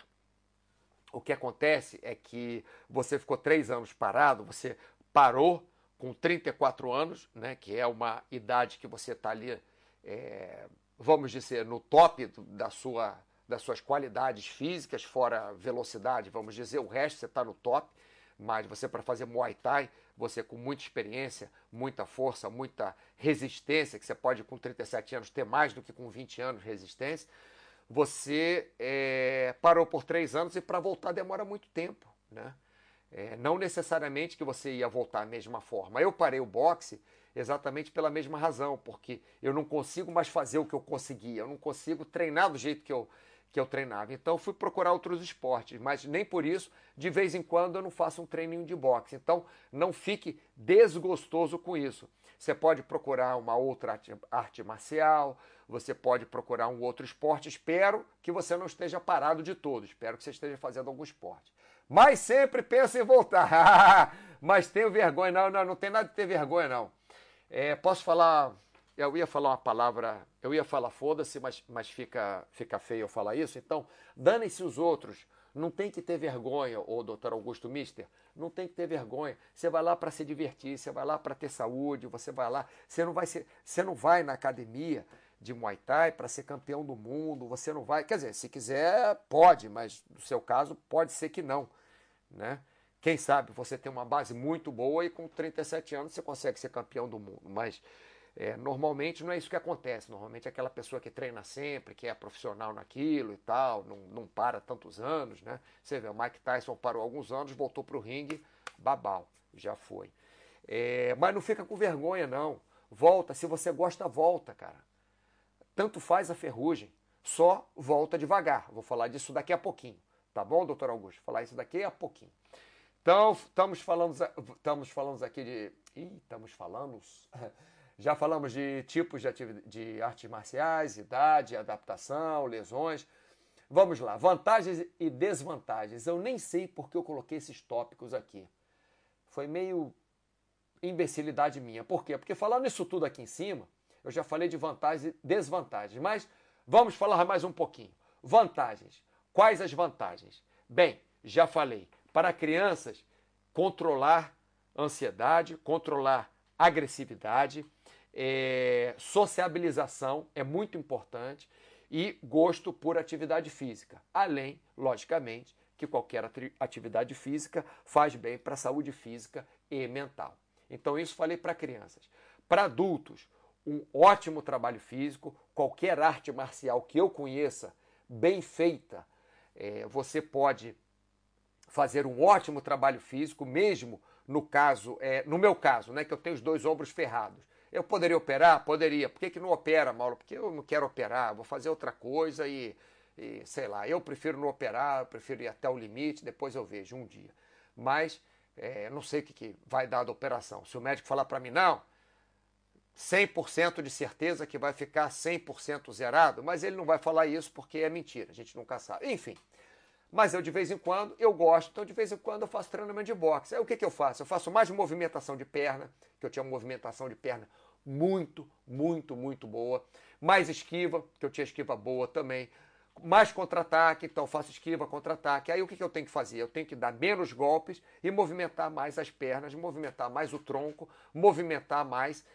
o que acontece é que você ficou 3 anos parado, você parou com 34 anos, né, que é uma idade que você está ali, vamos dizer, no top das suas qualidades físicas, fora velocidade, vamos dizer, o resto você está no top, mas você para fazer Muay Thai, você com muita experiência, muita força, muita resistência, que você pode com 37 anos ter mais do que com 20 anos de resistência, você parou por 3 anos e para voltar demora muito tempo, né? Não necessariamente que você ia voltar da mesma forma. Eu parei o boxe exatamente pela mesma razão, porque eu não consigo mais fazer o que eu conseguia, eu não consigo treinar do jeito que eu treinava. Então fui procurar outros esportes, mas nem por isso, de vez em quando, eu não faço um treininho de boxe. Então não fique desgostoso com isso. Você pode procurar uma outra arte marcial, você pode procurar um outro esporte. Espero que você não esteja parado de todo, espero que você esteja fazendo algum esporte. Mas sempre penso em voltar. Mas tenho vergonha, não tem nada de ter vergonha, não. Posso falar, eu ia falar uma palavra, eu ia falar foda-se, mas fica feio eu falar isso. Então, danem-se os outros. Não tem que ter vergonha, ô doutor Augusto Mister, não tem que ter vergonha. Você vai lá para se divertir, você vai lá para ter saúde, você vai lá, você não vai na academia de Muay Thai para ser campeão do mundo, você não vai, quer dizer, se quiser pode, mas no seu caso pode ser que não, né? Quem sabe você tem uma base muito boa e com 37 anos você consegue ser campeão do mundo, mas normalmente não é isso que acontece. Normalmente é aquela pessoa que treina sempre, que é profissional naquilo e tal, não para tantos anos, né? Você vê, o Mike Tyson parou alguns anos, voltou para o ringue, babau, já foi. Mas não fica com vergonha, não. Volta, se você gosta, volta, cara. Tanto faz a ferrugem, só volta devagar. Vou falar disso daqui a pouquinho, tá bom, doutor Augusto? Vou falar isso daqui a pouquinho. Então, estamos falando aqui de... Já falamos de tipos de artes marciais, idade, adaptação, lesões. Vamos lá, vantagens e desvantagens. Eu nem sei porque eu coloquei esses tópicos aqui. Foi meio imbecilidade minha. Por quê? Porque falando isso tudo aqui em cima, eu já falei de vantagens e desvantagens. Mas vamos falar mais um pouquinho. Vantagens. Quais as vantagens? Bem, já falei. Para crianças, controlar ansiedade, controlar agressividade, sociabilização é muito importante e gosto por atividade física. Além, logicamente, que qualquer atividade física faz bem para a saúde física e mental. Então isso falei para crianças. Para adultos, um ótimo trabalho físico, qualquer arte marcial que eu conheça, bem feita, você pode fazer um ótimo trabalho físico, mesmo no meu caso, né, que eu tenho os dois ombros ferrados. Eu poderia operar? Poderia. Por que não opera, Mauro? Porque eu não quero operar, vou fazer outra coisa e sei lá, eu prefiro não operar, eu prefiro ir até o limite, depois eu vejo um dia. Mas não sei o que vai dar da operação. Se o médico falar para mim, não, 100% de certeza que vai ficar 100% zerado, mas ele não vai falar isso porque é mentira, a gente nunca sabe. Enfim, mas eu de vez em quando, eu gosto, então de vez em quando eu faço treinamento de boxe. Aí o que eu faço? Eu faço mais movimentação de perna, que eu tinha uma movimentação de perna muito, muito, muito boa. Mais esquiva, que eu tinha esquiva boa também. Mais contra-ataque, então faço esquiva, contra-ataque. Aí o que eu tenho que fazer? Eu tenho que dar menos golpes e movimentar mais as pernas, movimentar mais o tronco, movimentar mais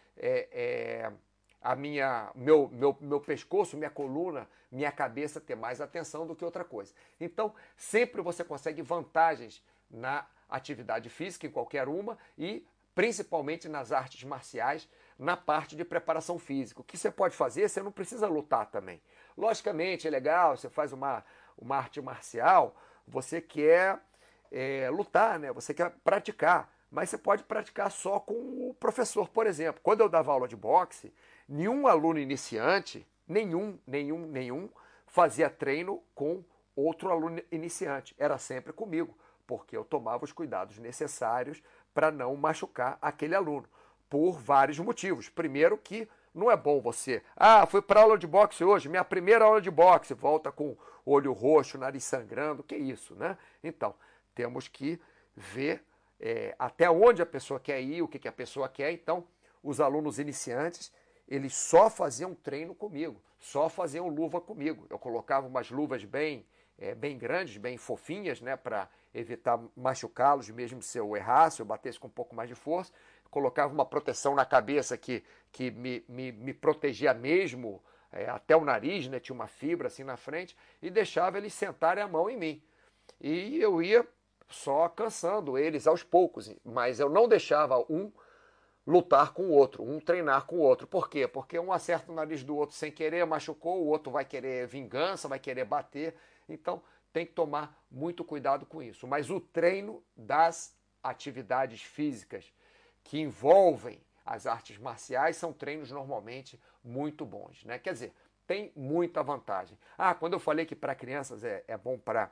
meu pescoço, minha coluna, minha cabeça ter mais atenção do que outra coisa. Então, sempre você consegue vantagens na atividade física, em qualquer uma, e principalmente nas artes marciais, na parte de preparação física. O que você pode fazer, você não precisa lutar também. Logicamente, é legal, você faz uma arte marcial, você quer lutar, né? Você quer praticar, mas você pode praticar só com o professor, por exemplo. Quando eu dava aula de boxe, nenhum aluno iniciante, nenhum, fazia treino com outro aluno iniciante. Era sempre comigo, porque eu tomava os cuidados necessários para não machucar aquele aluno, por vários motivos. Primeiro que não é bom você, fui para aula de boxe hoje, minha primeira aula de boxe, volta com olho roxo, nariz sangrando, que isso, né? Então, temos que ver até onde a pessoa quer ir, o que a pessoa quer. Então, os alunos iniciantes, eles só faziam treino comigo, só faziam luva comigo. Eu colocava umas luvas bem grandes, bem fofinhas, né, para evitar machucá-los, mesmo se eu errasse, eu batesse com um pouco mais de força. Colocava uma proteção na cabeça que me protegia mesmo, até o nariz, né, tinha uma fibra assim na frente, e deixava eles sentarem a mão em mim. E eu ia só cansando eles aos poucos, mas eu não deixava um lutar com o outro, um treinar com o outro. Por quê? Porque um acerta o nariz do outro sem querer, machucou, o outro vai querer vingança, vai querer bater. Então tem que tomar muito cuidado com isso. Mas o treino das atividades físicas que envolvem as artes marciais são treinos normalmente muito bons, né? Quer dizer, tem muita vantagem. Quando eu falei que para crianças é bom para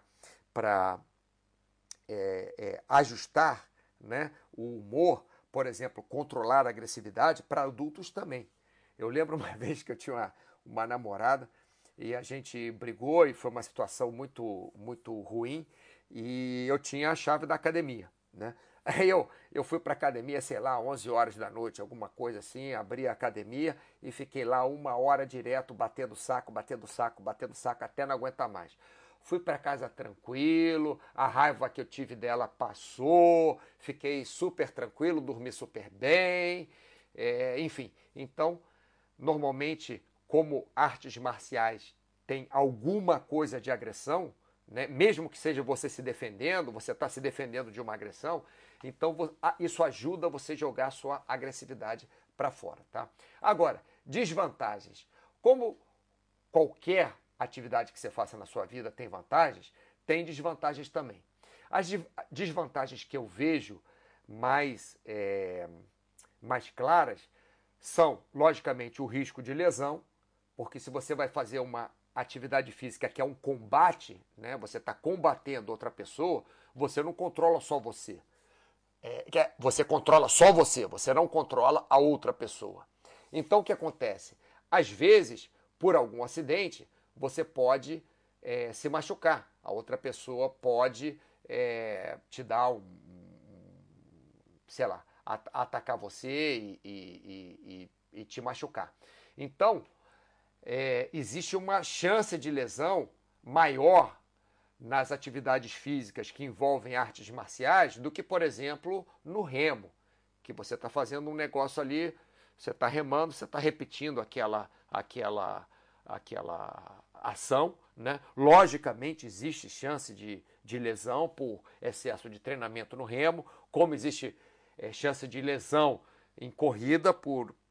ajustar, né, o humor, por exemplo, controlar a agressividade, para adultos também. Eu lembro uma vez que eu tinha uma namorada e a gente brigou e foi uma situação muito, muito ruim e eu tinha a chave da academia, né? Aí eu fui para a academia, sei lá, 11 horas da noite, alguma coisa assim, abri a academia e fiquei lá 1 hora direto, batendo saco, até não aguentar mais. Fui para casa tranquilo, a raiva que eu tive dela passou, fiquei super tranquilo, dormi super bem, enfim. Então, normalmente, como artes marciais tem alguma coisa de agressão, né? Mesmo que seja você se defendendo, você está se defendendo de uma agressão, então isso ajuda você a jogar a sua agressividade para fora, tá? Agora, desvantagens. Como qualquer atividade que você faça na sua vida tem vantagens, tem desvantagens também. As desvantagens que eu vejo mais claras são, logicamente, o risco de lesão, porque se você vai fazer uma atividade física que é um combate, né, você está combatendo outra pessoa, você não controla só você. Você controla só você não controla a outra pessoa. Então o que acontece? Às vezes, por algum acidente, você pode se machucar. A outra pessoa pode te dar sei lá, atacar você e te machucar. Então, existe uma chance de lesão maior nas atividades físicas que envolvem artes marciais do que, por exemplo, no remo, que você está fazendo um negócio ali, você está remando, você está repetindo aquela ação, né? Logicamente existe chance de lesão por excesso de treinamento no remo, como existe chance de lesão em corrida por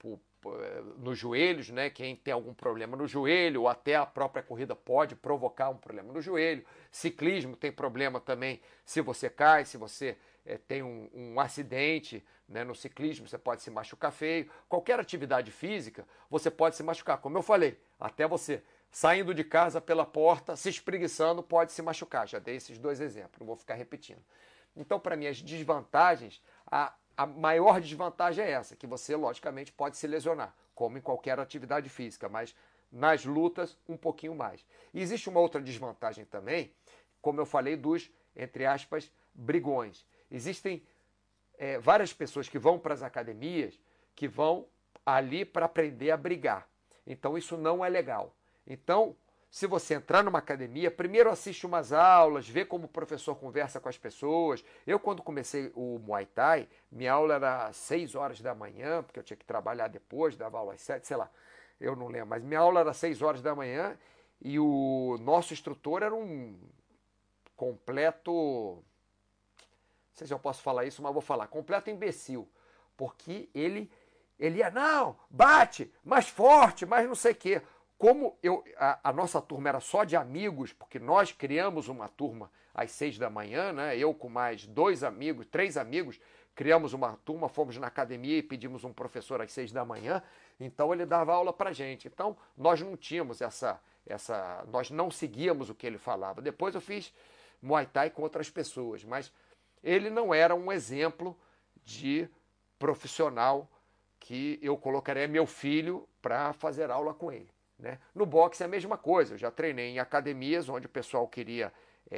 nos joelhos, né? Quem tem algum problema no joelho, ou até a própria corrida pode provocar um problema no joelho. Ciclismo tem problema também se você cai, se você tem um acidente, né, no ciclismo, você pode se machucar feio. Qualquer atividade física, você pode se machucar. Como eu falei, até você saindo de casa pela porta, se espreguiçando, pode se machucar. Já dei esses 2 exemplos, não vou ficar repetindo. Então, para mim, as desvantagens, a maior desvantagem é essa, que você, logicamente, pode se lesionar, como em qualquer atividade física, mas nas lutas, um pouquinho mais. E existe uma outra desvantagem também, como eu falei, dos, entre aspas, brigões. Existem várias pessoas que vão para as academias que vão ali para aprender a brigar. Então, isso não é legal. Então, se você entrar numa academia, primeiro assiste umas aulas, vê como o professor conversa com as pessoas. Eu, quando comecei o Muay Thai, minha aula era às 6 horas da manhã, porque eu tinha que trabalhar depois, dava aula às 7, sei lá, eu não lembro, mas minha aula era às 6 horas da manhã e o nosso instrutor era um completo, não sei se eu posso falar isso, mas vou falar, completo imbecil, porque ele ia, não, bate, mais forte, mais não sei o quê. Como a nossa turma era só de amigos, porque nós criamos uma turma às 6 da manhã, né? Eu com mais 2 amigos, 3 amigos, criamos uma turma, fomos na academia e pedimos um professor às 6 da manhã, então ele dava aula pra gente. Então nós não tínhamos nós não seguíamos o que ele falava. Depois eu fiz Muay Thai com outras pessoas, mas ele não era um exemplo de profissional que eu colocaria meu filho para fazer aula com ele. Né? No boxe é a mesma coisa, eu já treinei em academias onde o pessoal queria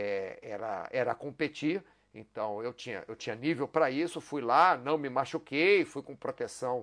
era competir, então eu tinha nível para isso, fui lá, não me machuquei, fui com proteção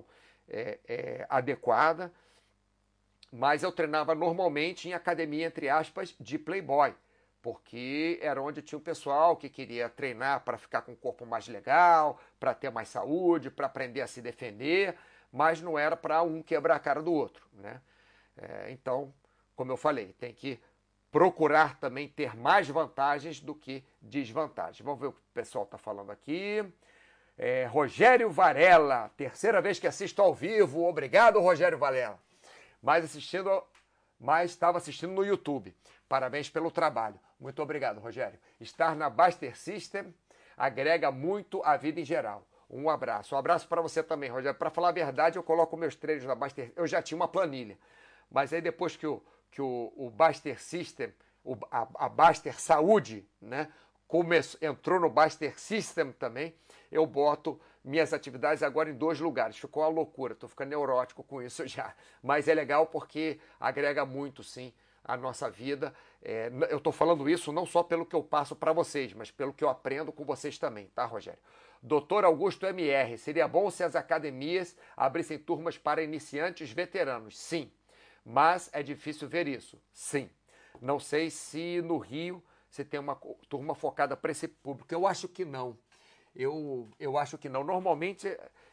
adequada, mas eu treinava normalmente em academia, entre aspas, de playboy, porque era onde tinha o pessoal que queria treinar para ficar com o corpo mais legal, para ter mais saúde, para aprender a se defender, mas não era para um quebrar a cara do outro, né? Então, como eu falei, tem que procurar também ter mais vantagens do que desvantagens. Vamos ver o que o pessoal está falando aqui. Rogério Varela, terceira vez que assisto ao vivo. Obrigado, Rogério Varela. Mas estava assistindo no YouTube. Parabéns pelo trabalho. Muito obrigado, Rogério. Estar na Baster System agrega muito à vida em geral. Um abraço. Um abraço para você também, Rogério. Para falar a verdade, eu coloco meus treinos na Baster. Eu já tinha uma planilha. Mas aí depois que o Baster System, a Baster Saúde, né, entrou no Baster System também, eu boto minhas atividades agora em 2 lugares. Ficou uma loucura, estou ficando neurótico com isso já. Mas é legal porque agrega muito, sim, a nossa vida. Eu estou falando isso não só pelo que eu passo para vocês, mas pelo que eu aprendo com vocês também, tá, Rogério? Doutor Augusto MR, seria bom se as academias abrissem turmas para iniciantes veteranos? Sim. Mas é difícil ver isso, sim. Não sei se no Rio você tem uma turma focada para esse público. Eu acho que não. Eu acho que não. Normalmente,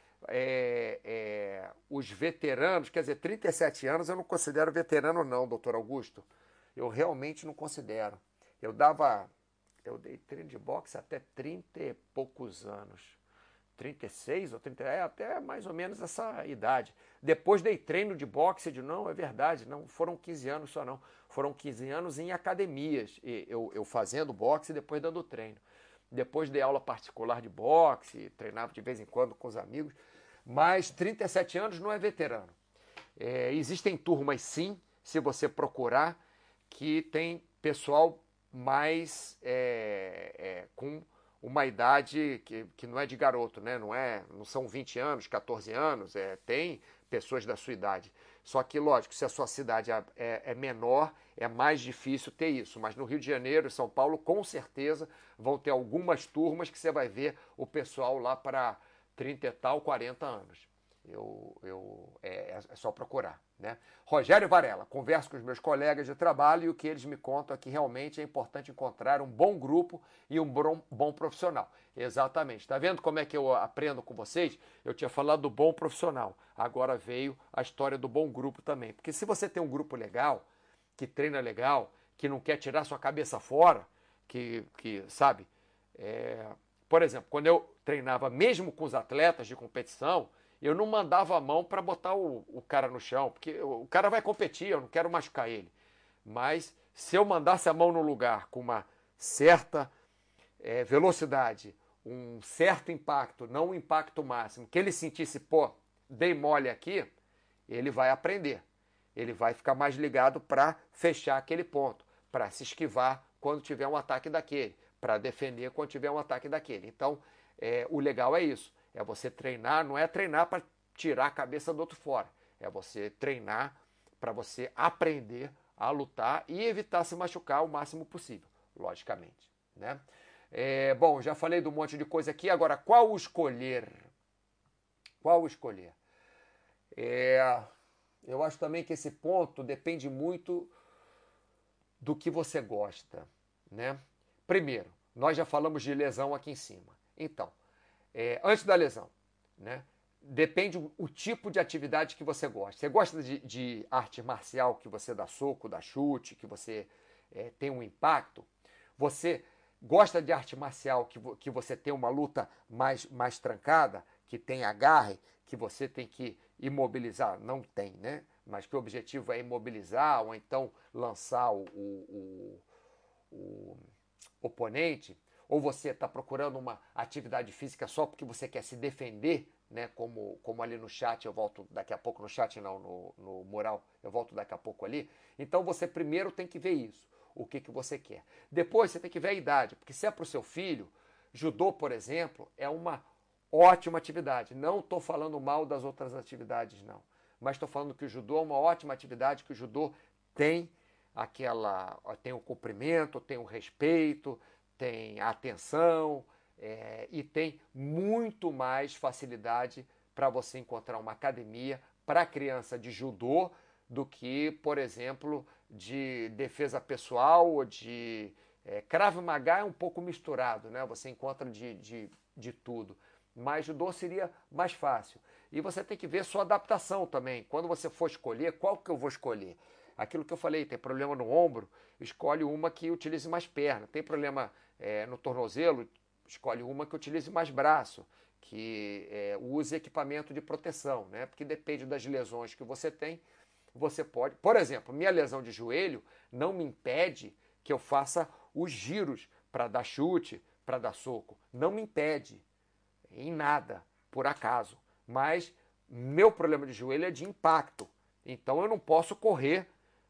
os veteranos, quer dizer, 37 anos eu não considero veterano não, doutor Augusto. Eu realmente não considero. Eu dei treino de boxe até 30 e poucos anos. 36 ou 30, até mais ou menos essa idade. Depois dei treino de boxe, não, é verdade, não foram 15 anos só não, foram 15 anos em academias, eu fazendo boxe e depois dando treino. Depois dei aula particular de boxe, treinava de vez em quando com os amigos, mas 37 anos não é veterano. Existem turmas sim, se você procurar, que tem pessoal mais com uma idade que não é de garoto, né? Não são 20 anos, 14 anos, tem pessoas da sua idade. Só que, lógico, se a sua cidade é menor, é mais difícil ter isso. Mas no Rio de Janeiro e São Paulo, com certeza, vão ter algumas turmas que você vai ver o pessoal lá para 30 e tal, 40 anos. É só procurar, né? Rogério Varela, converso com os meus colegas de trabalho e o que eles me contam é que realmente é importante encontrar um bom grupo e um bom profissional. Exatamente. Tá vendo como é que eu aprendo com vocês? Eu tinha falado do bom profissional. Agora veio a história do bom grupo também. Porque se você tem um grupo legal, que treina legal, que não quer tirar sua cabeça fora, que sabe? Por exemplo, quando eu treinava mesmo com os atletas de competição, eu não mandava a mão para botar o cara no chão, porque o cara vai competir, eu não quero machucar ele. Mas se eu mandasse a mão no lugar com uma certa velocidade, um certo impacto, não um impacto máximo, que ele sentisse, pô, dei mole aqui, ele vai aprender. Ele vai ficar mais ligado para fechar aquele ponto, para se esquivar quando tiver um ataque daquele, para defender quando tiver um ataque daquele. Então, o legal é isso. É você treinar, não é treinar para tirar a cabeça do outro fora. É você treinar para você aprender a lutar e evitar se machucar o máximo possível, logicamente, né? Bom, já falei de um monte de coisa aqui. Agora, qual escolher? Qual escolher? Eu acho também que esse ponto depende muito do que você gosta, né? Primeiro, nós já falamos de lesão aqui em cima. Então, antes da lesão, né? Depende o tipo de atividade que você gosta. Você gosta de arte marcial, que você dá soco, dá chute, que você tem um impacto? Você gosta de arte marcial que você tem uma luta mais trancada, que tem agarre, que você tem que imobilizar? Não tem, né? Mas que o objetivo é imobilizar ou então lançar o oponente? Ou você está procurando uma atividade física só porque você quer se defender, né? Como ali no chat, eu volto daqui a pouco, no chat não, no mural, eu volto daqui a pouco ali. Então você primeiro tem que ver isso, o que você quer. Depois você tem que ver a idade, porque se é para o seu filho, judô, por exemplo, é uma ótima atividade. Não estou falando mal das outras atividades, não. Mas estou falando que o judô é uma ótima atividade, que o judô tem tem o comprimento, tem o respeito, tem a atenção e tem muito mais facilidade para você encontrar uma academia para criança de judô do que, por exemplo, de defesa pessoal ou de Krav Maga é um pouco misturado, né? Você encontra de tudo. Mas judô seria mais fácil. E você tem que ver sua adaptação também. Quando você for escolher, qual que eu vou escolher? Aquilo que eu falei, tem problema no ombro, escolhe uma que utilize mais perna. Tem problema no tornozelo, escolhe uma que utilize mais braço, que use equipamento de proteção, né? Porque depende das lesões que você tem, você pode... Por exemplo, minha lesão de joelho não me impede que eu faça os giros para dar chute, para dar soco. Não me impede em nada, por acaso. Mas meu problema de joelho é de impacto. Então eu não posso correr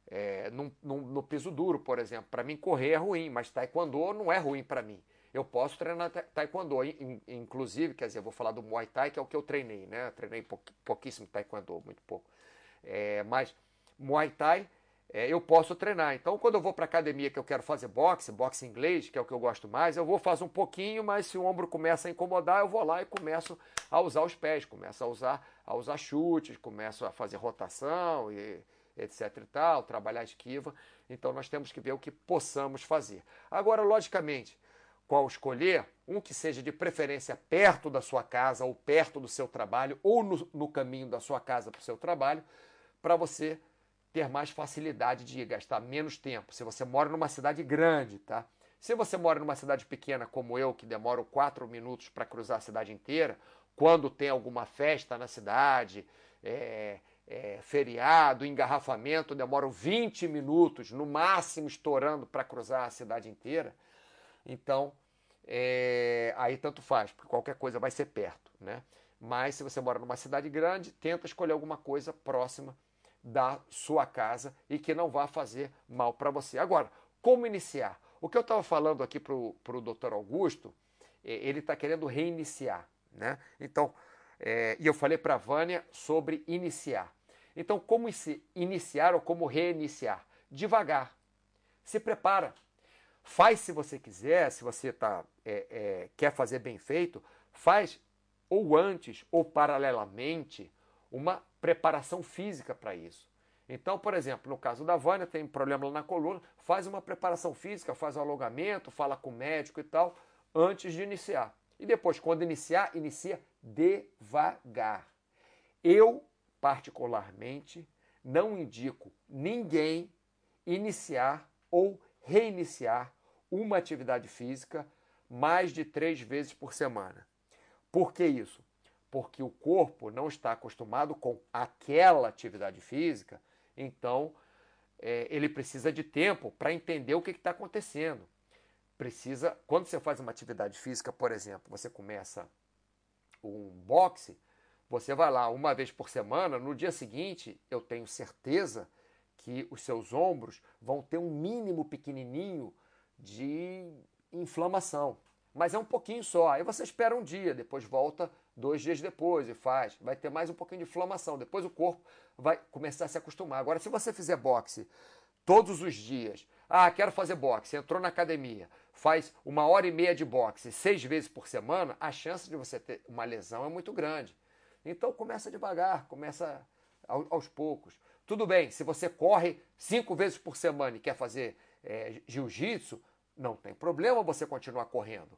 no piso duro, por exemplo. Para mim, correr é ruim, mas taekwondo não é ruim para mim. Eu posso treinar taekwondo, inclusive, quer dizer, eu vou falar do Muay Thai, que é o que eu treinei, né? Eu treinei pouquíssimo taekwondo, muito pouco. Mas Muay Thai eu posso treinar. Então, quando eu vou para academia que eu quero fazer boxe inglês, que é o que eu gosto mais, eu vou fazer um pouquinho, mas se o ombro começa a incomodar, eu vou lá e começo a usar os pés, começo a usar chutes, começo a fazer rotação e etc e tal, trabalhar esquiva. Então nós temos que ver o que possamos fazer. Agora, logicamente, qual escolher? Um que seja de preferência perto da sua casa ou perto do seu trabalho ou no caminho da sua casa para o seu trabalho, para você ter mais facilidade de ir, gastar menos tempo. Se você mora numa cidade grande, tá? Se você mora numa cidade pequena como eu, que demoro 4 minutos para cruzar a cidade inteira, quando tem alguma festa na cidade, feriado, engarrafamento, demoro 20 minutos, no máximo estourando para cruzar a cidade inteira. Então, aí tanto faz, porque qualquer coisa vai ser perto, né? Mas se você mora numa cidade grande, tenta escolher alguma coisa próxima da sua casa e que não vá fazer mal para você. Agora, como iniciar? O que eu estava falando aqui para o Dr. Augusto, ele está querendo reiniciar, né? Então, e eu falei para a Vânia sobre iniciar. Então, como iniciar ou como reiniciar? Devagar. Se prepara. Faz se você quiser, se você quer fazer bem feito, faz ou antes ou paralelamente uma preparação física para isso. Então, por exemplo, no caso da Vânia, tem problema lá na coluna, faz uma preparação física, faz um alongamento, fala com o médico e tal, antes de iniciar. E depois, quando iniciar, inicia devagar. Eu, particularmente, não indico ninguém iniciar ou reiniciar uma atividade física mais de 3 vezes por semana. Por que isso? porque o corpo não está acostumado com aquela atividade física, então ele precisa de tempo para entender o que está acontecendo. Quando você faz uma atividade física, por exemplo, você começa um boxe, você vai lá uma vez por semana, no dia seguinte, eu tenho certeza que os seus ombros vão ter um mínimo pequenininho de inflamação. Mas é um pouquinho só. Aí você espera um dia, depois volta 2 dias depois e faz. Vai ter mais um pouquinho de inflamação. Depois o corpo vai começar a se acostumar. Agora, se você fizer boxe todos os dias, quero fazer boxe, entrou na academia, faz 1h30 de boxe 6 vezes por semana, a chance de você ter uma lesão é muito grande. Então começa devagar, começa aos poucos. Tudo bem, se você corre 5 vezes por semana e quer fazer jiu-jitsu, não tem problema você continuar correndo.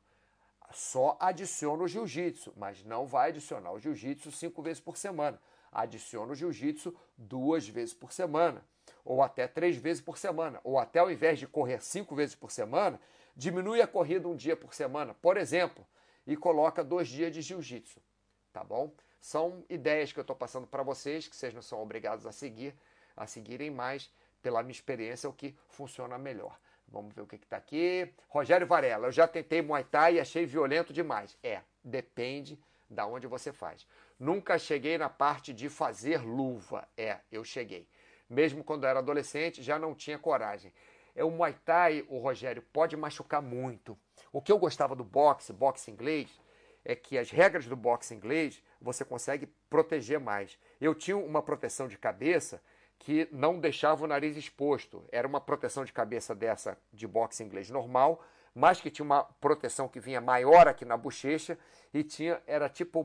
Só adiciona o jiu-jitsu, mas não vai adicionar o jiu-jitsu 5 vezes por semana. Adiciona o jiu-jitsu 2 vezes por semana, ou até 3 vezes por semana, ou até ao invés de correr 5 vezes por semana, diminui a corrida 1 dia por semana, por exemplo, e coloca 2 dias de jiu-jitsu, tá bom? São ideias que eu estou passando para vocês, que vocês não são obrigados a seguirem mais, pela minha experiência, o que funciona melhor. Vamos ver o que está aqui. Rogério Varela, eu já tentei Muay Thai e achei violento demais. Depende da onde você faz. Nunca cheguei na parte de fazer luva. Eu cheguei. Mesmo quando eu era adolescente, já não tinha coragem. O Muay Thai, o Rogério, pode machucar muito. O que eu gostava do boxe inglês, é que as regras do boxe inglês você consegue proteger mais. Eu tinha uma proteção de cabeça que não deixava o nariz exposto. Era uma proteção de cabeça dessa de boxe inglês normal, mas que tinha uma proteção que vinha maior aqui na bochecha e era tipo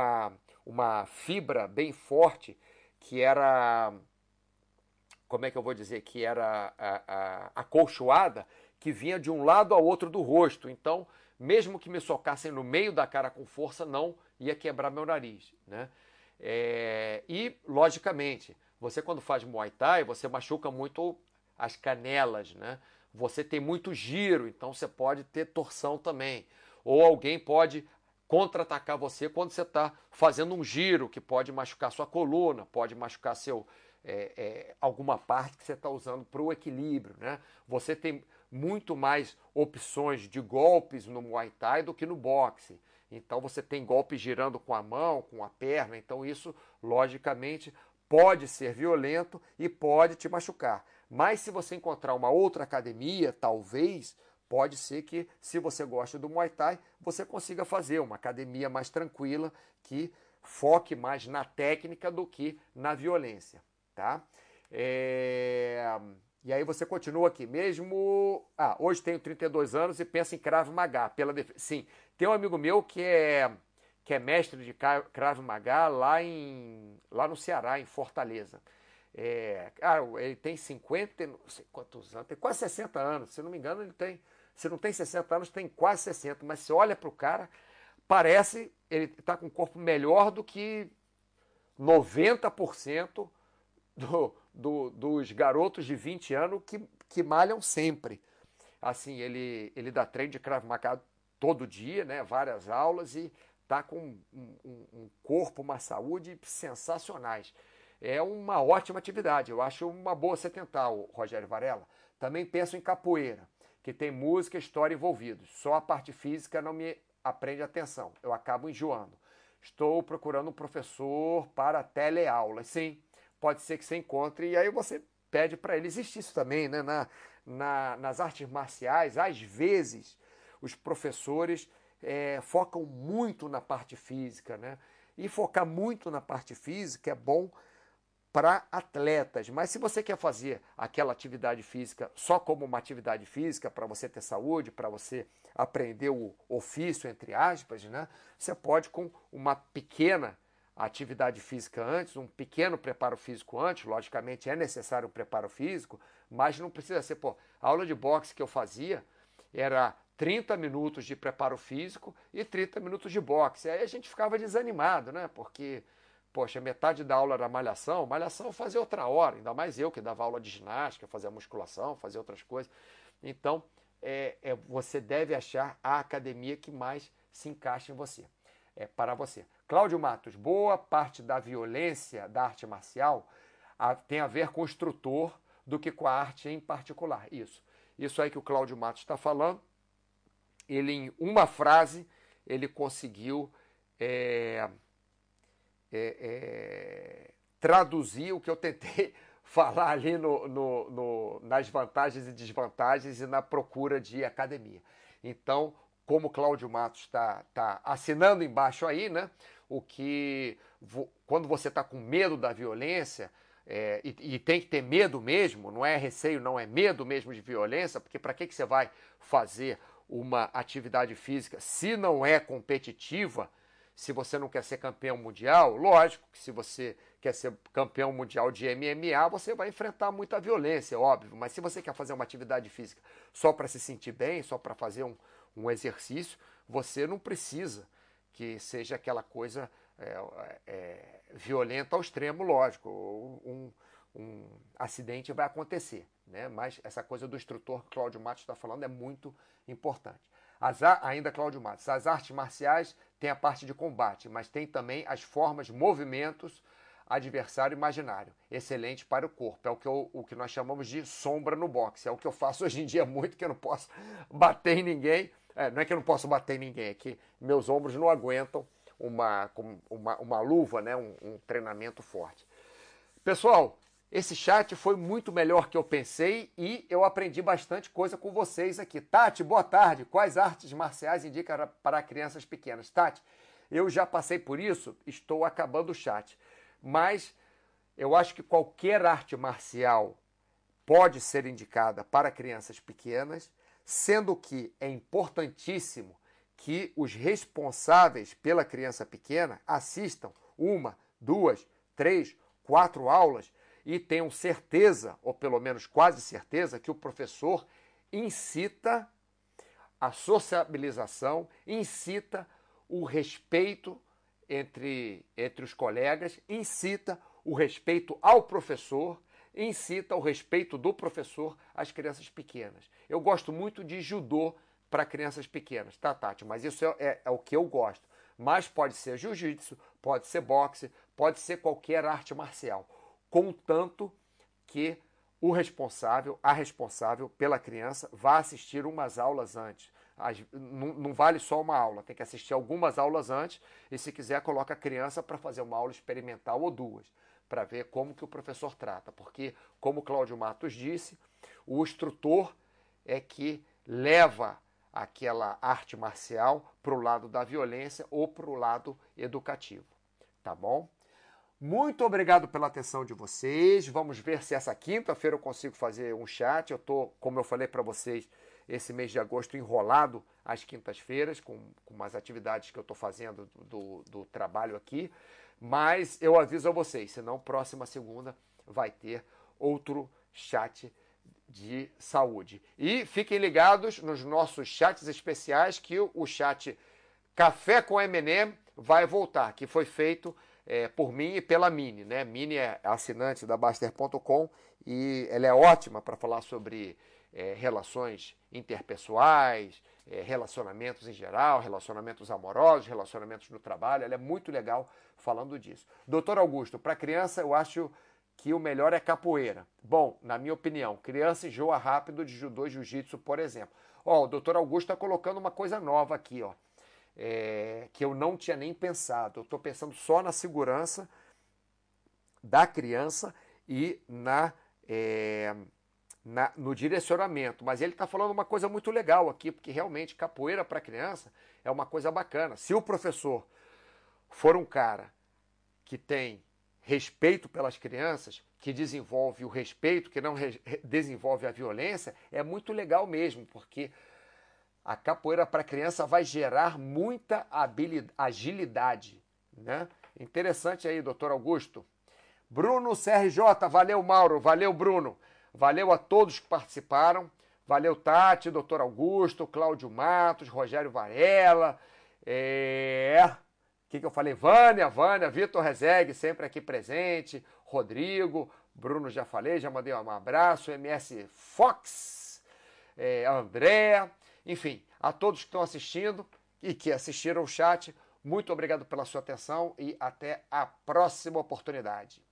uma fibra bem forte que era, como é que eu vou dizer, que era acolchoada, que vinha de um lado ao outro do rosto. Então, mesmo que me socassem no meio da cara com força, não ia quebrar meu nariz, né? E, logicamente, você quando faz Muay Thai, você machuca muito as canelas, né? Você tem muito giro, então você pode ter torção também. Ou alguém pode contra-atacar você quando você está fazendo um giro, que pode machucar sua coluna, pode machucar alguma parte que você está usando para o equilíbrio, né? Você tem muito mais opções de golpes no Muay Thai do que no boxe. Então você tem golpes girando com a mão, com a perna, então isso, logicamente, pode ser violento e pode te machucar. Mas se você encontrar uma outra academia, talvez, pode ser que, se você gosta do Muay Thai, você consiga fazer uma academia mais tranquila, que foque mais na técnica do que na violência, tá? E aí você continua aqui, mesmo... hoje tenho 32 anos e penso em Krav Maga. Sim, tem um amigo meu que é mestre de Krav Maga lá no Ceará, em Fortaleza. Ele tem 50, não sei quantos anos, tem quase 60 anos, se não me engano se não tem 60 anos, tem quase 60, mas você olha para o cara, parece, ele está com um corpo melhor do que 90% dos garotos de 20 anos que malham sempre. Assim, ele dá treino de Krav Maga todo dia, né, várias aulas, e está com um corpo, uma saúde sensacionais. É uma ótima atividade, eu acho uma boa você tentar, Rogério Varela. Também penso em capoeira, que tem música e história envolvidos. Só a parte física não me prende atenção, eu acabo enjoando. Estou procurando um professor para teleaulas. Sim, pode ser que você encontre, e aí você pede para ele. Existe isso também, né? Nas artes marciais, às vezes, os professores focam muito na parte física, né? E focar muito na parte física é bom para atletas, mas se você quer fazer aquela atividade física só como uma atividade física, para você ter saúde, para você aprender o ofício, entre aspas, né? Você pode, com uma pequena atividade física antes, um pequeno preparo físico antes, logicamente é necessário um preparo físico, mas não precisa ser, a aula de boxe que eu fazia era 30 minutos de preparo físico e 30 minutos de boxe. Aí a gente ficava desanimado, né? Porque, poxa, metade da aula era malhação eu fazia outra hora, ainda mais eu que dava aula de ginástica, fazia musculação, fazia outras coisas. Então, você deve achar a academia que mais se encaixa em você. para você. Cláudio Matos, boa parte da violência da arte marcial tem a ver com o instrutor do que com a arte em particular. Isso aí que o Cláudio Matos está falando, ele em uma frase, ele conseguiu traduzir o que eu tentei falar ali nas vantagens e desvantagens e na procura de academia. Então, como o Cláudio Matos está assinando embaixo aí, né? Quando você está com medo da violência, e tem que ter medo mesmo, não é receio, não é medo mesmo de violência, porque para que você vai fazer uma atividade física se não é competitiva, se você não quer ser campeão mundial? Lógico que se você quer ser campeão mundial de MMA, você vai enfrentar muita violência, óbvio, mas se você quer fazer uma atividade física só para se sentir bem, só para fazer um exercício, você não precisa que seja aquela coisa violenta ao extremo, lógico. Um acidente vai acontecer, né? Mas essa coisa do instrutor que Cláudio Matos está falando é muito importante. Ainda Cláudio Matos, as artes marciais têm a parte de combate, mas tem também as formas, movimentos, adversário imaginário. Excelente para o corpo. É o que nós chamamos de sombra no boxe. É o que eu faço hoje em dia muito, que eu não posso bater em ninguém. Não é que eu não posso bater em ninguém, é que meus ombros não aguentam uma luva, né? Um treinamento forte. Pessoal, esse chat foi muito melhor que eu pensei e eu aprendi bastante coisa com vocês aqui. Tati, boa tarde. Quais artes marciais indicam para crianças pequenas? Tati, eu já passei por isso, estou acabando o chat. Mas eu acho que qualquer arte marcial pode ser indicada para crianças pequenas, sendo que é importantíssimo que os responsáveis pela criança pequena assistam 1, 2, 3, 4 aulas e tenham certeza, ou pelo menos quase certeza, que o professor incita a sociabilização, incita o respeito entre os colegas, incita o respeito ao professor, incita o respeito do professor às crianças pequenas. Eu gosto muito de judô para crianças pequenas, tá, Tati? Mas isso é o que eu gosto. Mas pode ser jiu-jitsu, pode ser boxe, pode ser qualquer arte marcial, contanto que a responsável pela criança vá assistir umas aulas antes. Não vale só uma aula, tem que assistir algumas aulas antes e, se quiser, coloca a criança para fazer uma aula experimental ou duas, para ver como que o professor trata. Porque, como o Cláudio Matos disse, o instrutor é que leva aquela arte marcial para o lado da violência ou para o lado educativo. Tá bom? Muito obrigado pela atenção de vocês. Vamos ver se essa quinta-feira eu consigo fazer um chat. Eu estou, como eu falei para vocês, esse mês de agosto enrolado às quintas-feiras com umas atividades que eu estou fazendo do trabalho aqui. Mas eu aviso a vocês, senão próxima segunda vai ter outro chat de saúde. E fiquem ligados nos nossos chats especiais, que o chat Café com M&M vai voltar, que foi feito por mim e pela Mini, né? Mini é assinante da Baster.com e ela é ótima para falar sobre relações interpessoais, relacionamentos em geral, relacionamentos amorosos, relacionamentos no trabalho. Ela é muito legal falando disso. Doutor Augusto, para criança eu acho que o melhor é capoeira. Bom, na minha opinião, criança enjoa rápido de judô e jiu-jitsu, por exemplo. O doutor Augusto está colocando uma coisa nova aqui, que eu não tinha nem pensado. Eu estou pensando só na segurança da criança e no direcionamento. Mas ele está falando uma coisa muito legal aqui, porque realmente capoeira para criança é uma coisa bacana. Se o professor for um cara que tem respeito pelas crianças, que desenvolve o respeito, que não desenvolve a violência, é muito legal mesmo, porque a capoeira para criança vai gerar muita agilidade, né? Interessante aí, doutor Augusto. Bruno CRJ, valeu, Mauro, valeu, Bruno. Valeu a todos que participaram. Valeu, Tati, doutor Augusto, Cláudio Matos, Rogério Varela. O que eu falei? Vânia, Vitor Rezegue, sempre aqui presente. Rodrigo, Bruno já falei, já mandei um abraço. MS Fox, André. Enfim, a todos que estão assistindo e que assistiram o chat, Muito obrigado pela sua atenção e até a próxima oportunidade.